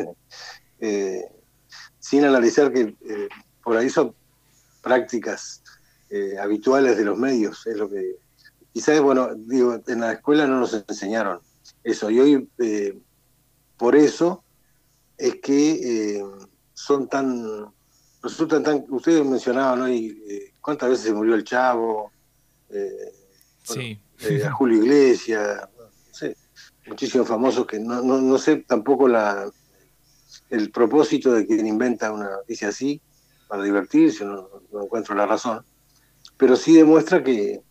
eh, sin analizar que eh, por ahí son prácticas eh, habituales de los medios. Es lo que quizás, bueno, digo, en la escuela no nos enseñaron eso, y hoy eh, por eso es que eh, son tan, resultan tan, ustedes mencionaban, ¿no? Y, eh, cuántas veces se murió el Chavo, eh, bueno, Sí. eh, a Julio Iglesias, no sé, muchísimos famosos que no, no, no sé tampoco la el propósito de quien inventa una noticia así, para divertirse, no, no encuentro la razón, pero sí demuestra que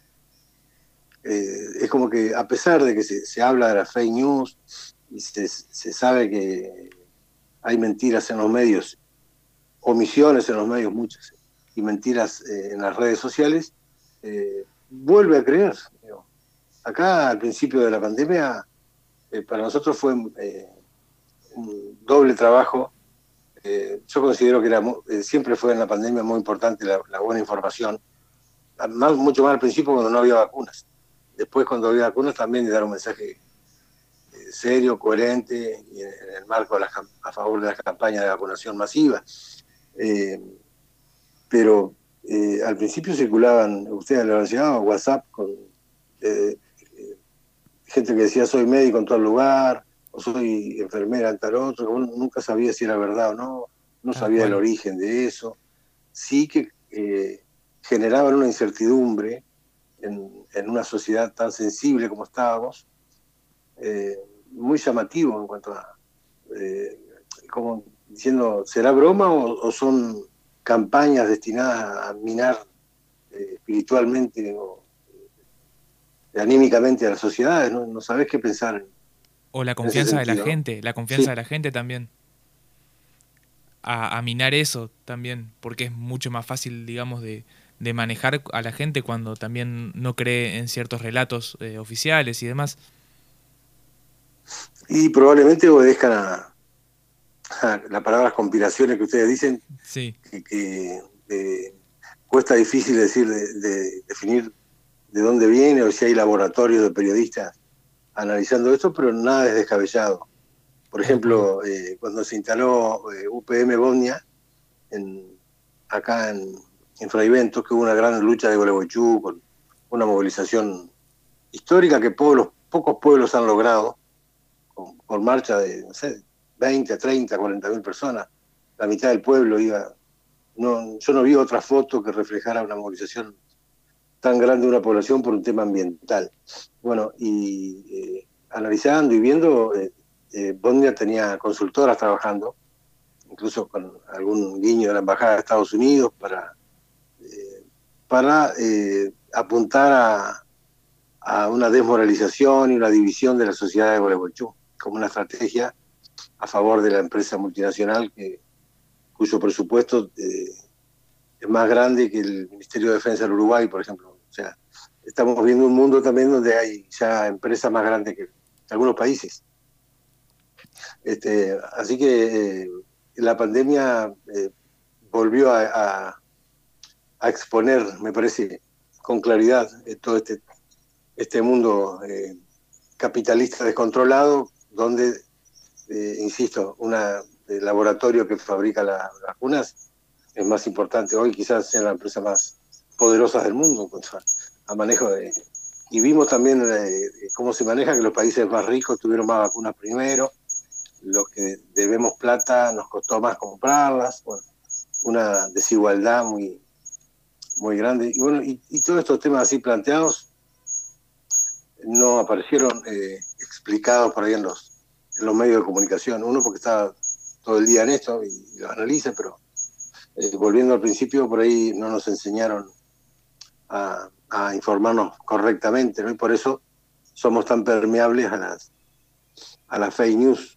eh, es como que, a pesar de que se, se habla de la fake news y se, se sabe que hay mentiras en los medios, omisiones en los medios muchas, y mentiras eh, en las redes sociales, eh, vuelve a creer. Digo. Acá, al principio de la pandemia, eh, para nosotros fue eh, un doble trabajo. Eh, yo considero que era, eh, siempre fue en la pandemia muy importante la, la buena información, más, mucho más al principio cuando no había vacunas. Después, cuando había vacunas, también de dar un mensaje eh, serio, coherente, y en, en el marco de las, a favor de las campañas de vacunación masiva. Eh, pero eh, al principio circulaban, ustedes lo han llegado, WhatsApp, con eh, eh, gente que decía soy médico en tal lugar, o soy enfermera en tal otro. Uno nunca sabía si era verdad o no, no Tal sabía cual. el origen de eso. Sí que eh, generaban una incertidumbre en, en una sociedad tan sensible como estábamos, eh, muy llamativo en cuanto a, eh, como diciendo, ¿será broma o, o son campañas destinadas a minar eh, espiritualmente o eh, anímicamente a las sociedades? No, no sabés qué pensar. O la En ese confianza de la sentido, ¿no? gente, la confianza Sí. de la gente también. A, a minar eso también, porque es mucho más fácil, digamos, de, de manejar a la gente cuando también no cree en ciertos relatos eh, oficiales y demás. Y probablemente obedezcan a, a las palabras conspiraciones que ustedes dicen, Sí, que, que eh, cuesta difícil decir, de, de definir de dónde viene o si hay laboratorios de periodistas analizando esto, pero nada es descabellado. Por Tal ejemplo, eh, cuando se instaló eh, U P M Bosnia, en, acá en, en Fraiventos, que hubo una gran lucha de Gualeguaychú, con una movilización histórica que pueblos, pocos pueblos han logrado, con, con marcha de, no sé, veinte, treinta, cuarenta mil personas. La mitad del pueblo iba. No, yo no vi otra foto que reflejara una movilización tan grande de una población por un tema ambiental. Bueno, y eh, analizando y viendo, eh, eh, Bosnia tenía consultoras trabajando, incluso con algún guiño de la Embajada de Estados Unidos, para, eh, para eh, apuntar a, a una desmoralización y una división de la sociedad de Gualeguaychú, como una estrategia a favor de la empresa multinacional que, cuyo presupuesto eh, es más grande que el Ministerio de Defensa del Uruguay, por ejemplo. O sea, estamos viendo un mundo también donde hay ya empresas más grandes que algunos países. Este, así que eh, la pandemia eh, volvió a, a, a exponer, me parece, con claridad eh, todo este, este mundo eh, capitalista descontrolado, donde, eh, insisto, una eh, laboratorio que fabrica las vacunas es más importante hoy, quizás sea la empresa más poderosa del mundo, con su, a manejo de... Y vimos también eh, cómo se maneja, que los países más ricos tuvieron más vacunas primero, los que debemos plata nos costó más comprarlas, bueno, una desigualdad muy, muy grande. Y bueno, y, y todos estos temas así planteados no aparecieron eh, explicados por ahí en los, en los medios de comunicación. Uno porque está todo el día en esto y, y lo analiza, pero eh, volviendo al principio, por ahí no nos enseñaron a, a informarnos correctamente, ¿no? Y por eso somos tan permeables a las, a las fake news.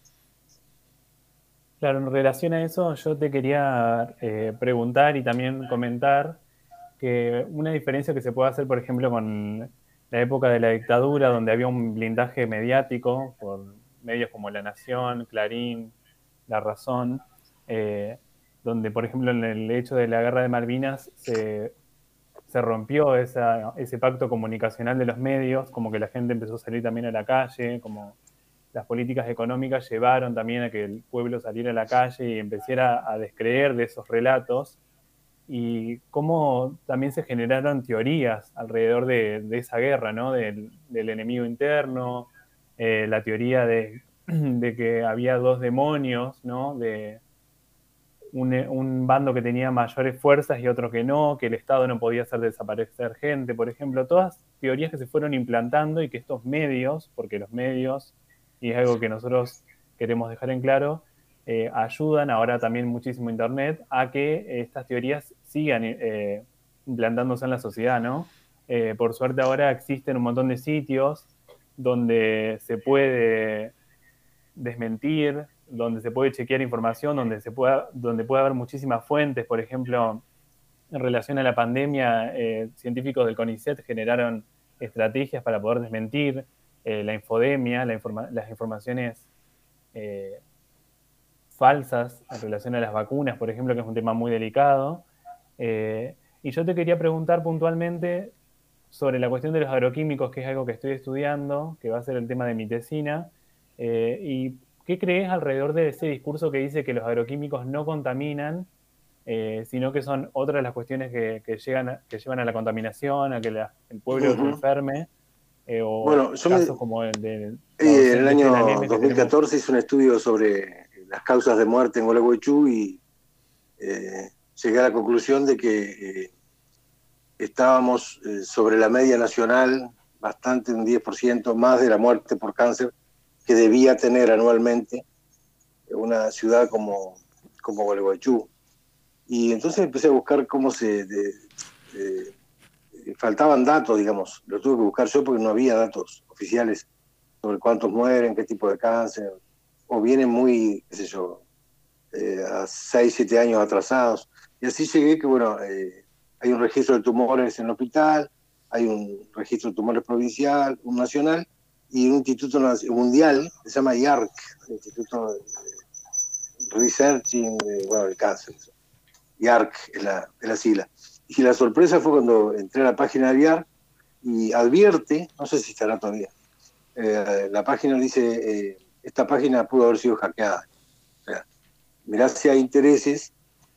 Claro, en relación a eso, yo te quería eh, preguntar y también comentar que una diferencia que se puede hacer, por ejemplo, con la época de la dictadura, donde había un blindaje mediático por medios como La Nación, Clarín, La Razón, eh, donde, por ejemplo, en el hecho de la Guerra de Malvinas se, se rompió esa, ese pacto comunicacional de los medios, como que la gente empezó a salir también a la calle, como las políticas económicas llevaron también a que el pueblo saliera a la calle y empezara a descreer de esos relatos, y cómo también se generaron teorías alrededor de, de esa guerra, ¿no? Del, del enemigo interno, eh, la teoría de, de que había dos demonios, ¿no? De un, un bando que tenía mayores fuerzas y otro que no, que el Estado no podía hacer desaparecer gente, por ejemplo. Todas teorías que se fueron implantando y que estos medios, porque los medios, y es algo que nosotros queremos dejar en claro, eh, ayudan, ahora también muchísimo Internet, a que estas teorías sigan eh, implantándose en la sociedad, ¿no? Eh, por suerte ahora existen un montón de sitios donde se puede desmentir, donde se puede chequear información, donde, se pueda, donde puede haber muchísimas fuentes. Por ejemplo, en relación a la pandemia, eh, científicos del CONICET generaron estrategias para poder desmentir eh, la infodemia, la informa las informaciones eh, falsas en relación a las vacunas, por ejemplo, que es un tema muy delicado. Eh, y yo te quería preguntar puntualmente sobre la cuestión de los agroquímicos, que es algo que estoy estudiando, que va a ser el tema de mi tesina. Eh, ¿Y qué crees alrededor de ese discurso que dice que los agroquímicos no contaminan, eh, sino que son otras las cuestiones que, que, llegan a, que llevan a la contaminación, a que la, el pueblo uh-huh. se enferme? Eh, o bueno, yo casos me, como el de... Eh, en el año dos mil catorce hice un estudio sobre las causas de muerte en Gualeguaychú y eh, llegué a la conclusión de que eh, estábamos eh, sobre la media nacional, bastante, un diez por ciento más de la muerte por cáncer que debía tener anualmente una ciudad como, como Gualeguaychú. Y entonces empecé a buscar cómo se... De, de, de, faltaban datos, digamos, los tuve que buscar yo porque no había datos oficiales sobre cuántos mueren, qué tipo de cáncer, o vienen muy, qué sé yo, eh, a seis, siete años atrasados. Y así llegué que, bueno, eh, hay un registro de tumores en el hospital, hay un registro de tumores provincial, un nacional, y un instituto mundial, que se llama I A R C, Instituto de Researching, de, bueno, del cáncer. I A R C es la, es la sigla. Y la sorpresa fue cuando entré a la página de I A R C y advierte, no sé si estará todavía, eh, la página dice, eh, esta página pudo haber sido hackeada. O sea, mirá si hay intereses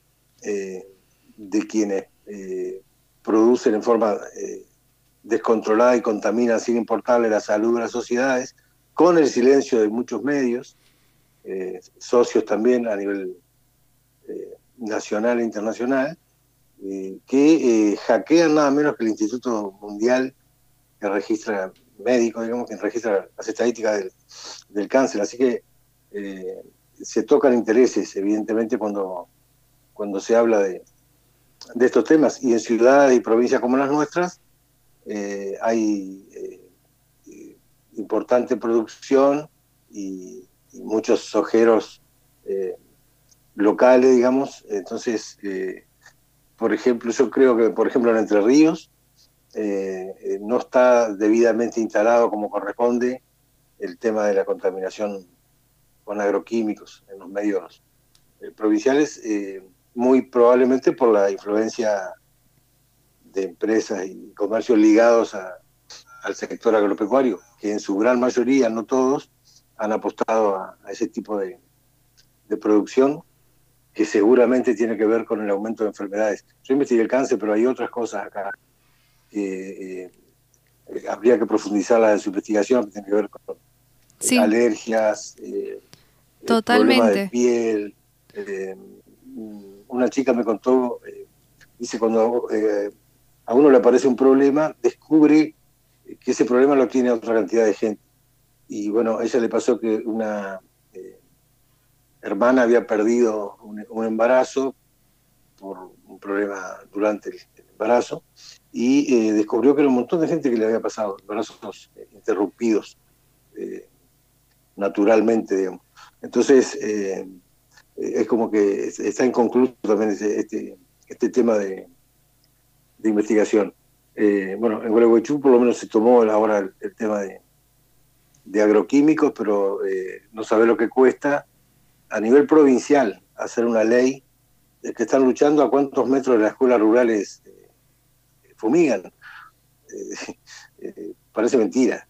eh, de quienes eh, producen en forma eh, descontrolada y contaminan sin importarle la salud de las sociedades, con el silencio de muchos medios, eh, socios también a nivel eh, nacional e internacional, eh, que eh, hackean nada menos que el Instituto Mundial que registra médico, digamos, que registra las estadísticas del, del cáncer. Así que eh, se tocan intereses, evidentemente, cuando, cuando se habla de, de estos temas. Y en ciudades y provincias como las nuestras eh, hay eh, importante producción y, y muchos sojeros eh, locales, digamos. Entonces, eh, por ejemplo, yo creo que, por ejemplo, en Entre Ríos, eh, eh, no está debidamente instalado como corresponde el tema de la contaminación con agroquímicos en los medios eh, provinciales, eh, muy probablemente por la influencia de empresas y comercios ligados a, al sector agropecuario, que en su gran mayoría, no todos, han apostado a, a ese tipo de, de producción, que seguramente tiene que ver con el aumento de enfermedades. Yo investigué el cáncer, pero hay otras cosas acá que eh, eh, habría que profundizar en su investigación, que tiene que ver con Sí. eh, alergias, eh, Totalmente. problemas de piel. Eh, una chica me contó, eh, dice, cuando eh, a uno le aparece un problema, descubre que ese problema lo tiene otra cantidad de gente. Y bueno, a ella le pasó que una eh, hermana había perdido un, un embarazo por un problema durante el, el embarazo, y eh, descubrió que era un montón de gente que le había pasado embarazos eh, interrumpidos eh, naturalmente, digamos. Entonces, eh, es como que está inconcluso también este, este, este tema de, de investigación. Eh, bueno, en Gualeguaychú por lo menos se tomó ahora el, el tema de, de agroquímicos, pero eh, no sabe lo que cuesta a nivel provincial hacer una ley de que están luchando a cuántos metros de las escuelas rurales eh, fumigan. Eh, eh, parece mentira.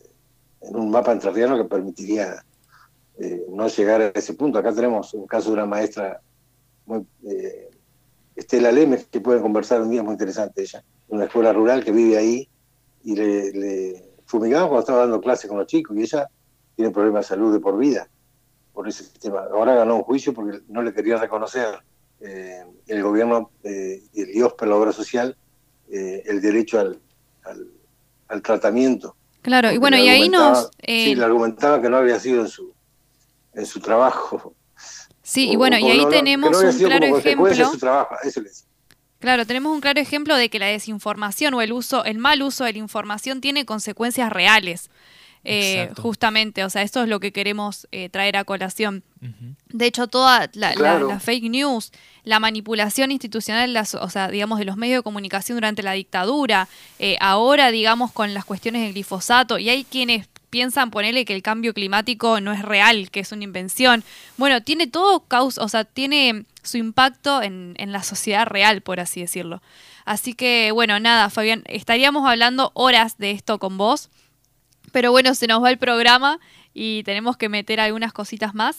En un mapa entrerriano que permitiría eh, no llegar a ese punto. Acá tenemos un caso de una maestra, muy, eh, Estela Lemes, que pueden conversar un día, muy interesante ella, en una escuela rural que vive ahí, y le, le fumigaban cuando estaba dando clases con los chicos, y ella tiene problemas de salud de por vida por ese tema. Ahora ganó un juicio porque no le quería reconocer eh, el gobierno eh, y el I O S P, la obra social, eh, el derecho al, al, al tratamiento. Claro, y Porque bueno, le y ahí argumentaba- nos... eh, Sí, le argumentaba que no había sido en su, en su trabajo. sí, y O- bueno, o y ahí no, no, tenemos que no había un sido claro como consecuencia ejemplo... de su trabajo, eso le decía. Claro, tenemos un claro ejemplo de que la desinformación o el uso, el mal uso de la información tiene consecuencias reales. Eh, Exacto. justamente, o sea, esto es lo que queremos eh, traer a colación. Ujú. De hecho, toda la, la- Claro. la fake news, la manipulación institucional, las- o sea, digamos, de los medios de comunicación durante la dictadura, eh, ahora, digamos, con las cuestiones del glifosato, y hay quienes piensan ponerle que el cambio climático no es real, que es una invención. Bueno, tiene todo causa, o sea, tiene su impacto en, en la sociedad real, por así decirlo. Así que, bueno, nada, Fabián, estaríamos hablando horas de esto con vos, pero bueno, se nos va el programa y tenemos que meter algunas cositas más,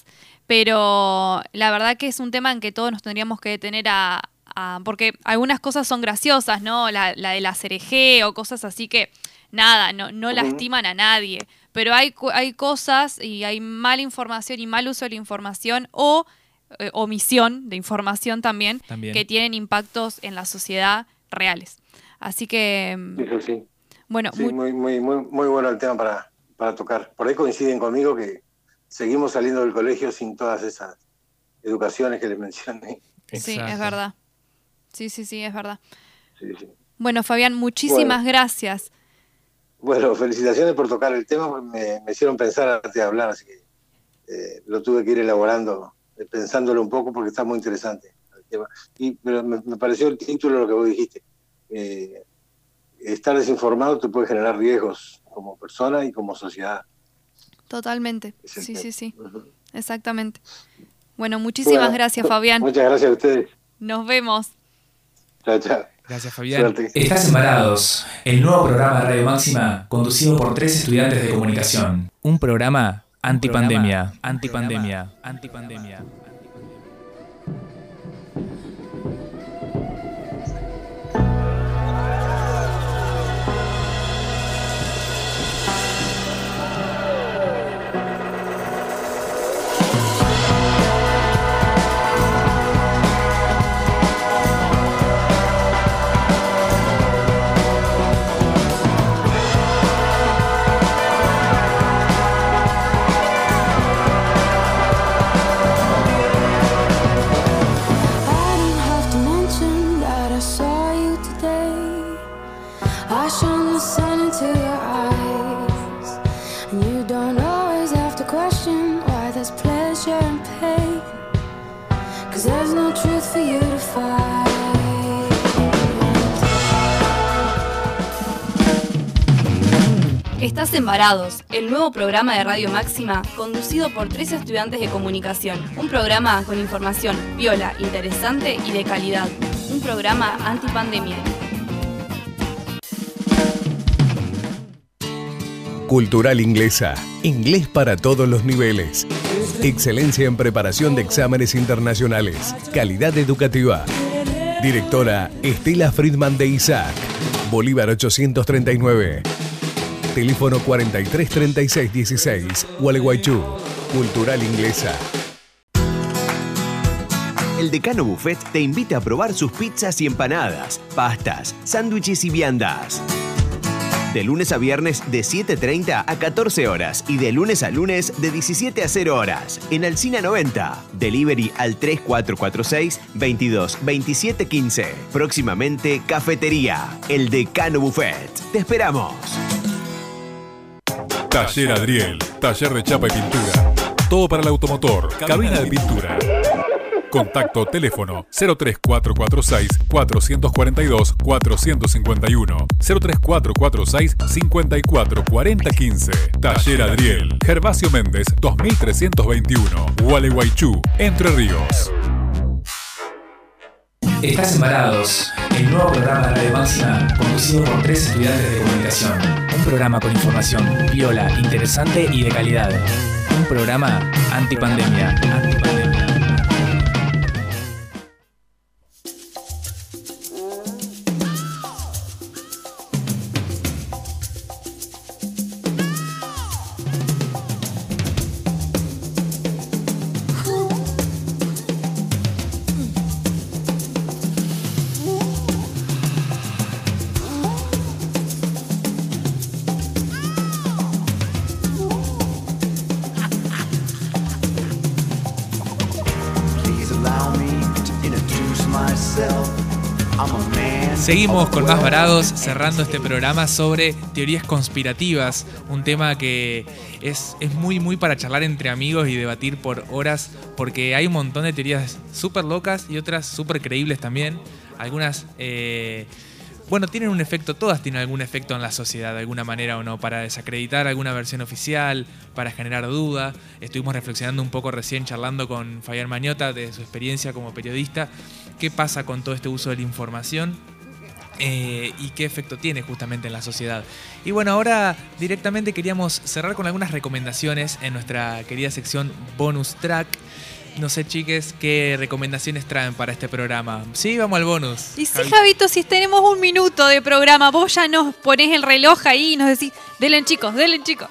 pero la verdad que es un tema en que todos nos tendríamos que detener a... a- porque algunas cosas son graciosas, ¿no? La, la de la C R G o cosas así que, nada, no, no Ujú. lastiman a nadie, pero hay, cu- hay cosas y hay mala información y mal uso de la información o eh, omisión de información también, También. que tienen impactos en la sociedad reales. Así que, mm, Eso sí. bueno, Sí, muy- muy, muy, muy, muy bueno el tema para, para tocar. Por ahí coinciden conmigo que seguimos saliendo del colegio sin todas esas educaciones que les mencioné. sí, Exacto. es verdad. Sí, sí, sí, es verdad. Sí, sí. Bueno, Fabián, muchísimas Bueno. gracias. Bueno, felicitaciones por tocar el tema, porque me, me hicieron pensar antes de hablar, así que eh, lo tuve que ir elaborando, eh, pensándolo un poco, porque está muy interesante el tema. Y, pero me, me pareció el título de lo que vos dijiste. Eh, estar desinformado te puede generar riesgos como persona y como sociedad. Totalmente. Es el Sí, tema. sí, sí, Ujú. exactamente. Bueno, muchísimas Bueno, gracias, Fabián. Muchas gracias a ustedes. Nos vemos. Chao, chao. Gracias, Fabián. Suerte. Estás en Varados, el nuevo programa de Radio Máxima conducido por tres estudiantes de comunicación. Un programa antipandemia. programa Antipandemia. Antipandemia. I don't have to mention that I saw you today. I shone the sun into your eyes, and you don't always have to question why there's pleasure and pain, 'cause there's no truth for you to find. Estás en Varados, el nuevo programa de Radio Máxima conducido por tres estudiantes de comunicación. Un programa con información piola, interesante y de calidad. Un programa antipandemia. Cultural Inglesa. Inglés para todos los niveles. Excelencia en preparación de exámenes internacionales. Calidad educativa. Directora Estela Friedman de Isaac. Bolívar ochocientos treinta y nueve. Teléfono cuarenta y tres treinta y seis dieciséis. Gualeguaychú. Cultural Inglesa. El Decano Buffet te invita a probar sus pizzas y empanadas, pastas, sándwiches y viandas. De lunes a viernes de siete treinta a catorce horas y de lunes a lunes de diecisiete a cero horas en Alsina noventa. Delivery al tres cuatro cuatro seis, veintidós veintisiete quince. Próximamente Cafetería, el Decano Buffet. Te esperamos. Taller Adriel, taller de chapa y pintura. Todo para el automotor, cabina de pintura. Contacto teléfono cero tres cuatro cuatro seis, cuatro cuatro dos, cuatro cinco uno, cero tres cuatro cuatro seis, cinco cuatro cuatro cero quince. Taller Adriel, Gervasio Méndez dos mil trescientos veintiuno, Gualeguaychú, Entre Ríos. Estás en Varados, el nuevo programa de Radio Máxima conducido por tres estudiantes de comunicación. Un programa con información piola, interesante y de calidad. Un programa antipandemia. Antipandemia. Seguimos con más Varados, cerrando este programa sobre teorías conspirativas, un tema que es, es muy muy para charlar entre amigos y debatir por horas, porque hay un montón de teorías súper locas y otras súper creíbles también. Algunas, eh, bueno, tienen un efecto, todas tienen algún efecto en la sociedad, de alguna manera o no, para desacreditar alguna versión oficial, para generar duda. Estuvimos reflexionando un poco recién, charlando con Fabián Mañota de su experiencia como periodista. ¿Qué pasa con todo este uso de la información? Eh, y qué efecto tiene justamente en la sociedad. Y bueno, ahora directamente queríamos cerrar con algunas recomendaciones en nuestra querida sección Bonus Track. No sé, chiques, qué recomendaciones traen para este programa. Sí, vamos al bonus. Y sí, Javito, si tenemos un minuto de programa, vos ya nos ponés el reloj ahí y nos decís, denle chicos, denle chicos.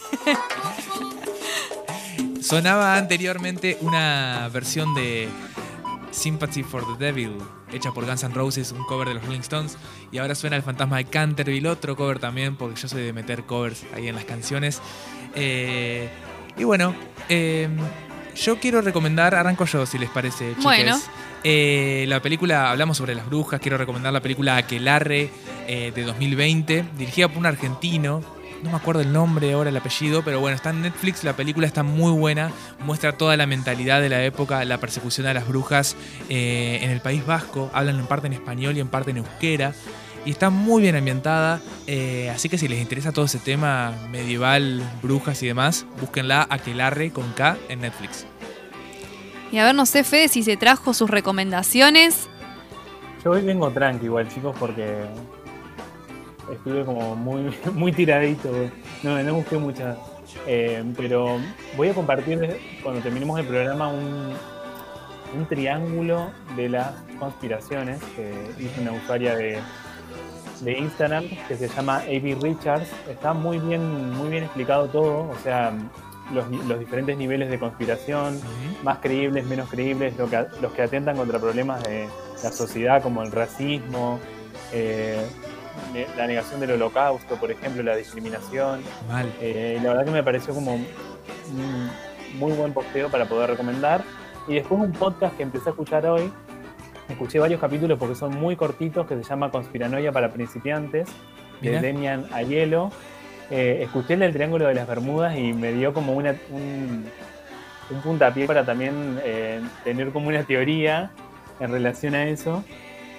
Sonaba anteriormente una versión de Sympathy for the Devil, hecha por Guns N' Roses, un cover de los Rolling Stones, y ahora suena El Fantasma de Canterville, otro cover también, porque yo soy de meter covers ahí en las canciones. Eh, y bueno, eh, yo quiero recomendar, arranco yo si les parece, chicas. Bueno. Eh, la película, hablamos sobre las brujas, quiero recomendar la película Aquelarre eh, de dos mil veinte, dirigida por un argentino. No me acuerdo el nombre ahora, el apellido, pero bueno, está en Netflix, la película está muy buena, muestra toda la mentalidad de la época, la persecución a las brujas eh, en el País Vasco, hablan en parte en español y en parte en euskera, y está muy bien ambientada, eh, así que si les interesa todo ese tema medieval, brujas y demás, búsquenla, Aquelarre con K en Netflix. Y a ver, no sé, Fede, si se trajo sus recomendaciones. Yo hoy vengo tranqui igual, chicos, porque estuve como muy, muy tiradito. No, no busqué muchas. Eh, pero voy a compartir cuando terminemos el programa un, un triángulo de las conspiraciones que hizo una usuaria de, de Instagram que se llama A B Richards. Está muy bien, muy bien explicado todo. O sea, los, los diferentes niveles de conspiración, uh-huh. más creíbles, menos creíbles, lo que, los que atentan contra problemas de la sociedad como el racismo, eh, la negación del holocausto, por ejemplo, la discriminación. Mal. Eh, la verdad que me pareció como un muy buen posteo para poder recomendar. Y después un podcast que empecé a escuchar hoy, escuché varios capítulos porque son muy cortitos, que se llama Conspiranoia para principiantes, de Demian Aiello. Eh, escuché el del Triángulo de las Bermudas y me dio como una, un, un puntapié para también eh, tener como una teoría en relación a eso.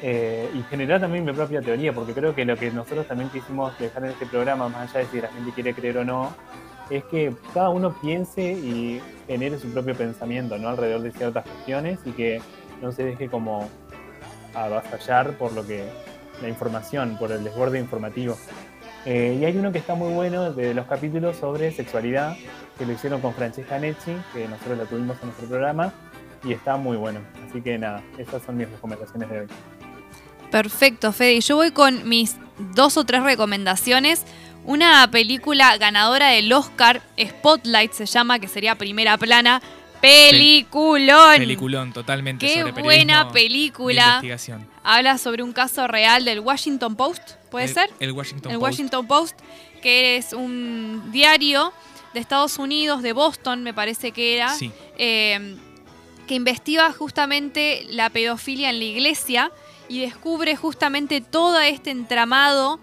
eh, y generar también mi propia teoría, porque creo que lo que nosotros también quisimos dejar en este programa, más allá de si la gente quiere creer o no, es que cada uno piense y genere su propio pensamiento, ¿no? Alrededor de ciertas cuestiones y que no se deje como avasallar por lo que la información, por el desborde informativo. Eh, y hay uno que está muy bueno de los capítulos sobre sexualidad, que lo hicieron con Francesca Necci, que nosotros la tuvimos en nuestro programa, y está muy bueno. Así que nada, esas son mis recomendaciones de hoy. Perfecto, Fede. Y yo voy con mis dos o tres recomendaciones. Una película ganadora del Oscar, Spotlight se llama, que sería Primera Plana. Peliculón. Peliculón, totalmente. Qué sobre buena película. De investigación. Habla sobre un caso real del Washington Post, ¿puede el, ser? El Washington el Post. Washington Post, que es un diario de Estados Unidos, de Boston, me parece que era, sí. eh, que investiga justamente la pedofilia en la iglesia y descubre justamente todo este entramado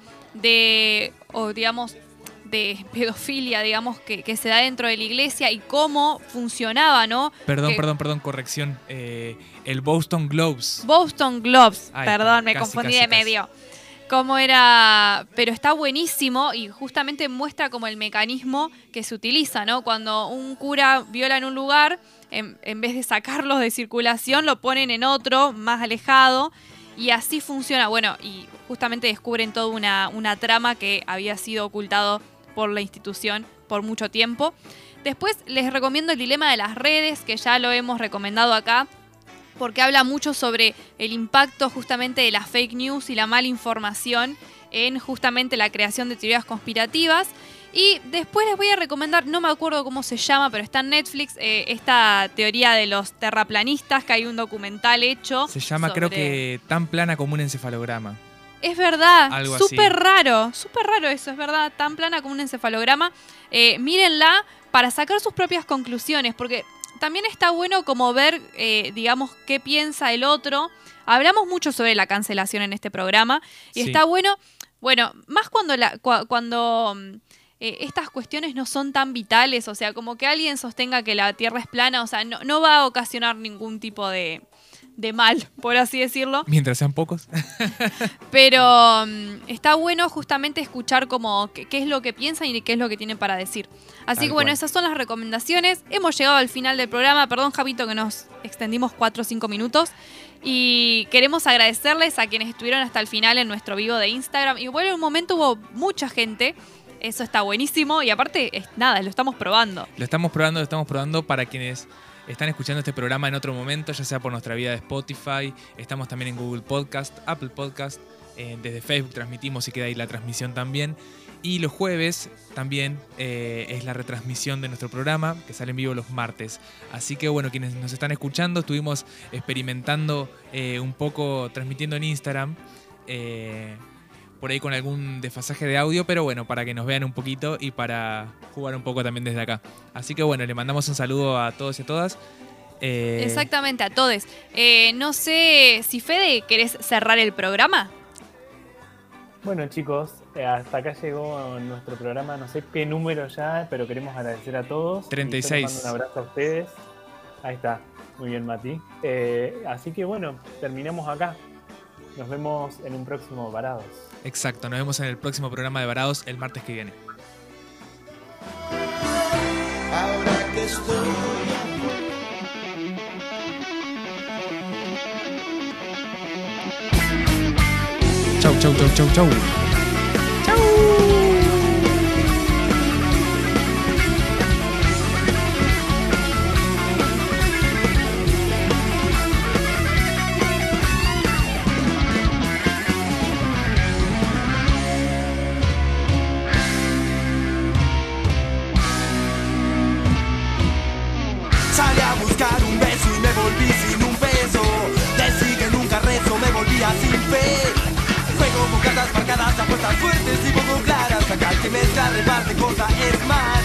de, o digamos, de pedofilia, digamos, que, que se da dentro de la iglesia y cómo funcionaba, ¿no? Perdón, que, perdón, perdón, corrección. Eh, el Boston Globes. Boston Globes, Ay, perdón, me casi, confundí casi, de medio. Cómo era, pero está buenísimo y justamente muestra como el mecanismo que se utiliza, ¿no? Cuando un cura viola en un lugar, en, en vez de sacarlos de circulación, lo ponen en otro, más alejado, y así funciona. Bueno, y justamente descubren toda una, una trama que había sido ocultado por la institución por mucho tiempo. Después les recomiendo El dilema de las redes, que ya lo hemos recomendado acá, porque habla mucho sobre el impacto justamente de las fake news y la mala información en justamente la creación de teorías conspirativas. Y después les voy a recomendar, no me acuerdo cómo se llama, pero está en Netflix, eh, esta teoría de los terraplanistas, que hay un documental hecho. Se llama, sobre... creo que, Tan plana como un encefalograma. Es verdad, Algo súper así. raro, súper raro eso, es verdad, tan plana como un encefalograma. Eh, mírenla para sacar sus propias conclusiones, porque también está bueno como ver, eh, digamos, qué piensa el otro. Hablamos mucho sobre la cancelación en este programa y Sí. está bueno, bueno, más cuando, la, cu- cuando eh, estas cuestiones no son tan vitales, o sea, como que alguien sostenga que la Tierra es plana, o sea, no, no va a ocasionar ningún tipo de... de mal, por así decirlo. Mientras sean pocos. Pero um, está bueno justamente escuchar como qué, qué es lo que piensan y qué es lo que tienen para decir. Así Tal que bueno, cual. esas son las recomendaciones. Hemos llegado al final del programa. Perdón, Javito, que nos extendimos cuatro o cinco minutos. Y queremos agradecerles a quienes estuvieron hasta el final en nuestro vivo de Instagram. Y bueno, en un momento hubo mucha gente. Eso está buenísimo. Y aparte, es, nada, lo estamos probando. Lo estamos probando, lo estamos probando para quienes están escuchando este programa en otro momento, ya sea por nuestra vida de Spotify. Estamos también en Google Podcast, Apple Podcast. Eh, desde Facebook transmitimos y queda ahí la transmisión también. Y los jueves también eh, es la retransmisión de nuestro programa, que sale en vivo los martes. Así que bueno, quienes nos están escuchando, estuvimos experimentando eh, un poco, transmitiendo en Instagram. Eh, por ahí con algún desfasaje de audio, pero bueno, para que nos vean un poquito y para jugar un poco también desde acá. Así que bueno, le mandamos un saludo a todos y a todas. Eh, Exactamente, a todos. Eh, no sé si Fede, ¿querés cerrar el programa? Bueno, chicos, eh, hasta acá llegó nuestro programa, no sé qué número ya, pero queremos agradecer a todos. treinta y yo les seis. mando un abrazo a ustedes. Ahí está, muy bien, Mati. Eh, así que bueno, terminamos acá. Nos vemos en un próximo Varados. Exacto, nos vemos en el próximo programa de Varados el martes que viene. Ahora que estoy Chau, chau, chau, chau, chau. Salí a buscar un beso y me volví sin un peso. Decí que nunca rezo, me volvía sin fe. Juego con cartas marcadas, apuestas fuertes y poco claras. Acá el que mezcla reparte cosa es más.